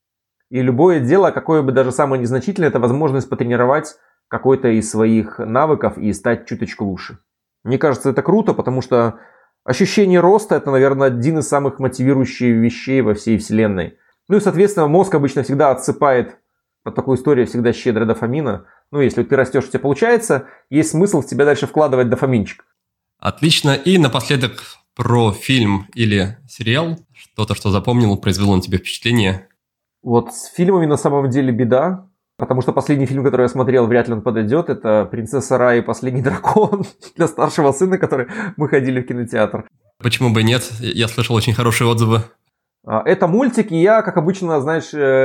S2: И любое дело, какое бы даже самое незначительное, это возможность потренировать какой-то из своих навыков и стать чуточку лучше. Мне кажется, это круто, потому что ощущение роста – это, наверное, один из самых мотивирующих вещей во всей вселенной. Ну и, соответственно, мозг обычно всегда отсыпает, под такую историю всегда щедро дофамина. Ну, если ты растешь, у тебя получается, есть смысл в тебя дальше вкладывать дофаминчик.
S1: Отлично. И напоследок про фильм или сериал. Что-то, что запомнил, произвело на тебя впечатление.
S2: Вот с фильмами на самом деле беда. Потому что последний фильм, который я смотрел, вряд ли он подойдет. Это «Принцесса Рай и последний дракон» для старшего сына, который мы ходили в кинотеатр.
S1: Почему бы нет? Я слышал очень хорошие отзывы.
S2: Это мультик, и я, как обычно, знаешь,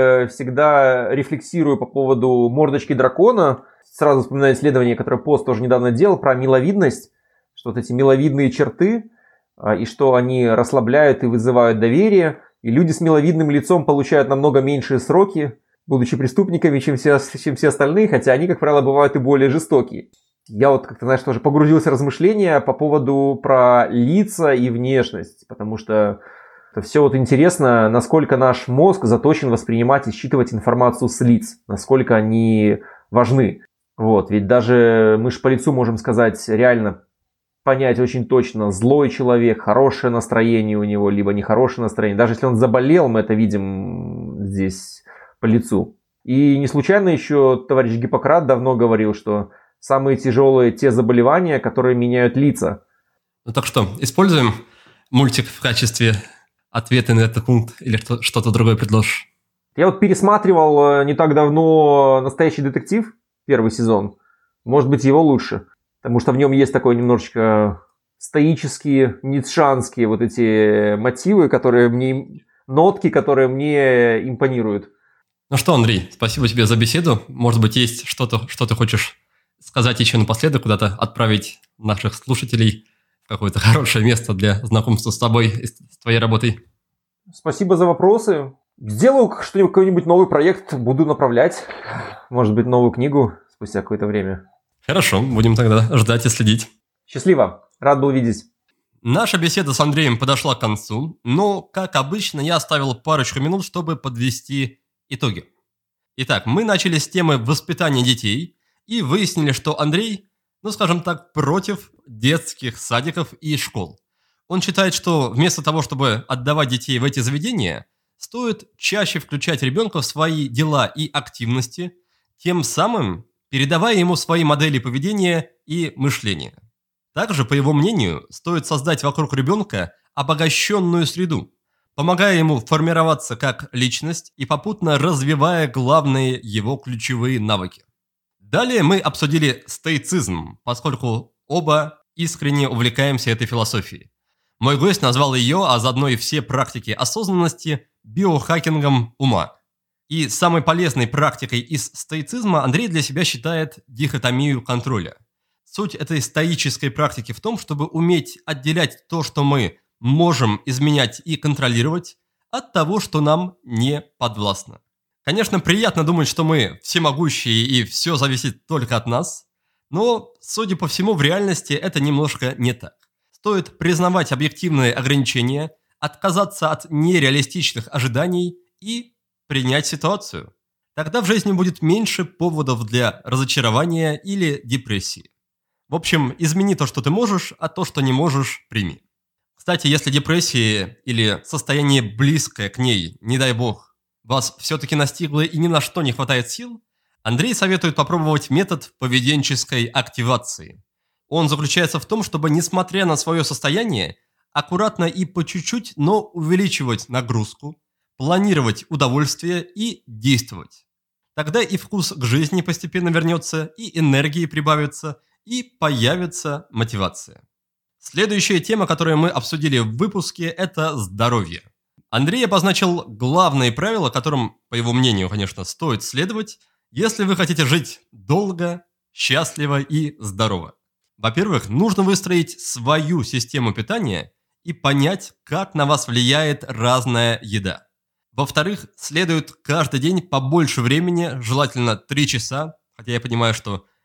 S2: всегда рефлексирую по поводу мордочки дракона. Сразу вспоминаю исследование, которое Пост тоже недавно делал, про миловидность. Что вот эти миловидные черты, и что они расслабляют и вызывают доверие. И люди с миловидным лицом получают намного меньшие сроки, будучи преступниками, чем все, чем все остальные, хотя они, как правило, бывают и более жестокие. Я вот как-то, знаешь, тоже погрузился в размышления по поводу про лица и внешность, потому что это все вот интересно, насколько наш мозг заточен воспринимать и считывать информацию с лиц, насколько они важны. Вот, ведь даже мы же по лицу можем сказать, реально понять очень точно, злой человек, хорошее настроение у него, либо нехорошее настроение. Даже если он заболел, мы это видим здесь по лицу. И не случайно еще товарищ Гиппократ давно говорил, что самые тяжелые те заболевания, которые меняют лица.
S1: Ну так что, используем мультик в качестве ответа на этот пункт или что-то другое предложишь?
S2: Я вот пересматривал не так давно «Настоящий детектив», первый сезон. Может быть, его лучше. Потому что в нем есть такой немножечко стоические, ницшанские вот эти мотивы, которые мне, нотки, которые мне импонируют.
S1: Ну что, Андрей, спасибо тебе за беседу. Может быть, есть что-то, что ты хочешь сказать еще напоследок, куда-то отправить наших слушателей в какое-то хорошее место для знакомства с тобой и с твоей работой?
S2: Спасибо за вопросы. Сделаю что-нибудь, какой-нибудь новый проект, буду направлять. Может быть, новую книгу спустя какое-то время.
S1: Хорошо, будем тогда ждать и следить.
S2: Счастливо, рад был видеть.
S1: Наша беседа с Андреем подошла к концу, но, как обычно, я оставил парочку минут, чтобы подвести итоги. Итак, мы начали с темы воспитания детей и выяснили, что Андрей, ну скажем так, против детских садиков и школ. Он считает, что вместо того, чтобы отдавать детей в эти заведения, стоит чаще включать ребенка в свои дела и активности, тем самым передавая ему свои модели поведения и мышления. Также, по его мнению, стоит создать вокруг ребенка обогащенную среду, помогая ему формироваться как личность и попутно развивая главные его ключевые навыки. Далее мы обсудили стоицизм, поскольку оба искренне увлекаемся этой философией. Мой гость назвал ее, а заодно и все практики осознанности, биохакингом ума. И самой полезной практикой из стоицизма Андрей для себя считает дихотомию контроля. Суть этой стоической практики в том, чтобы уметь отделять то, что мы можем изменять и контролировать, от того, что нам не подвластно. Конечно, приятно думать, что мы всемогущие и все зависит только от нас, но, судя по всему, в реальности это немножко не так. Стоит признавать объективные ограничения, отказаться от нереалистичных ожиданий и принять ситуацию. Тогда в жизни будет меньше поводов для разочарования или депрессии. В общем, измени то, что ты можешь, а то, что не можешь, прими. Кстати, если депрессия или состояние близкое к ней, не дай бог, вас все-таки настигло и ни на что не хватает сил, Андрей советует попробовать метод поведенческой активации. Он заключается в том, чтобы, несмотря на свое состояние, аккуратно и по чуть-чуть, но увеличивать нагрузку, планировать удовольствие и действовать. Тогда и вкус к жизни постепенно вернется, и энергии прибавится, и появится мотивация. Следующая тема, которую мы обсудили в выпуске, это здоровье. Андрей обозначил главные правила, которым, по его мнению, конечно, стоит следовать, если вы хотите жить долго, счастливо и здорово. Во-первых, нужно выстроить свою систему питания и понять, как на вас влияет разная еда. Во-вторых, следует каждый день побольше времени, желательно три часа, хотя я понимаю, что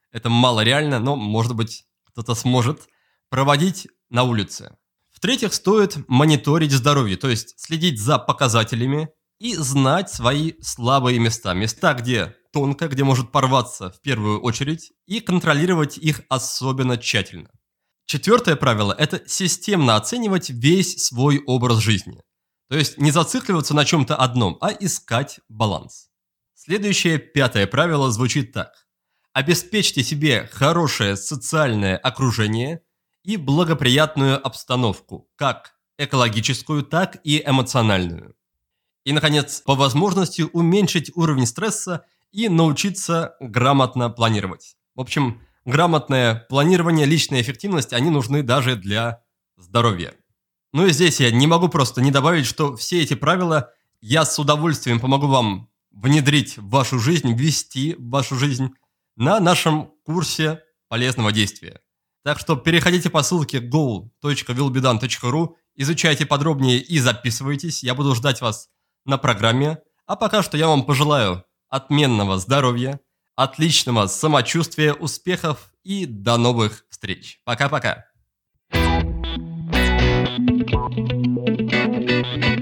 S1: это мало реально, но, может быть, кто-то сможет проводить на улице. В-третьих, стоит мониторить здоровье, то есть следить за показателями и знать свои слабые места. Места, где тонко, где может порваться в первую очередь, и контролировать их особенно тщательно. Четвертое правило – это системно оценивать весь свой образ жизни. То есть не зацикливаться на чем-то одном, а искать баланс. Следующее, пятое правило звучит так. Обеспечьте себе хорошее социальное окружение и благоприятную обстановку, как экологическую, так и эмоциональную. И, наконец, по возможности уменьшить уровень стресса и научиться грамотно планировать. В общем, грамотное планирование, личная эффективность, они нужны даже для здоровья. Ну и здесь я не могу просто не добавить, что все эти правила я с удовольствием помогу вам внедрить в вашу жизнь, ввести в вашу жизнь на нашем курсе полезного действия. Так что переходите по ссылке go точка willbedan точка ru, изучайте подробнее и записывайтесь. Я буду ждать вас на программе. А пока что я вам пожелаю отменного здоровья, отличного самочувствия, успехов и до новых встреч. Пока-пока.
S3: Thank you.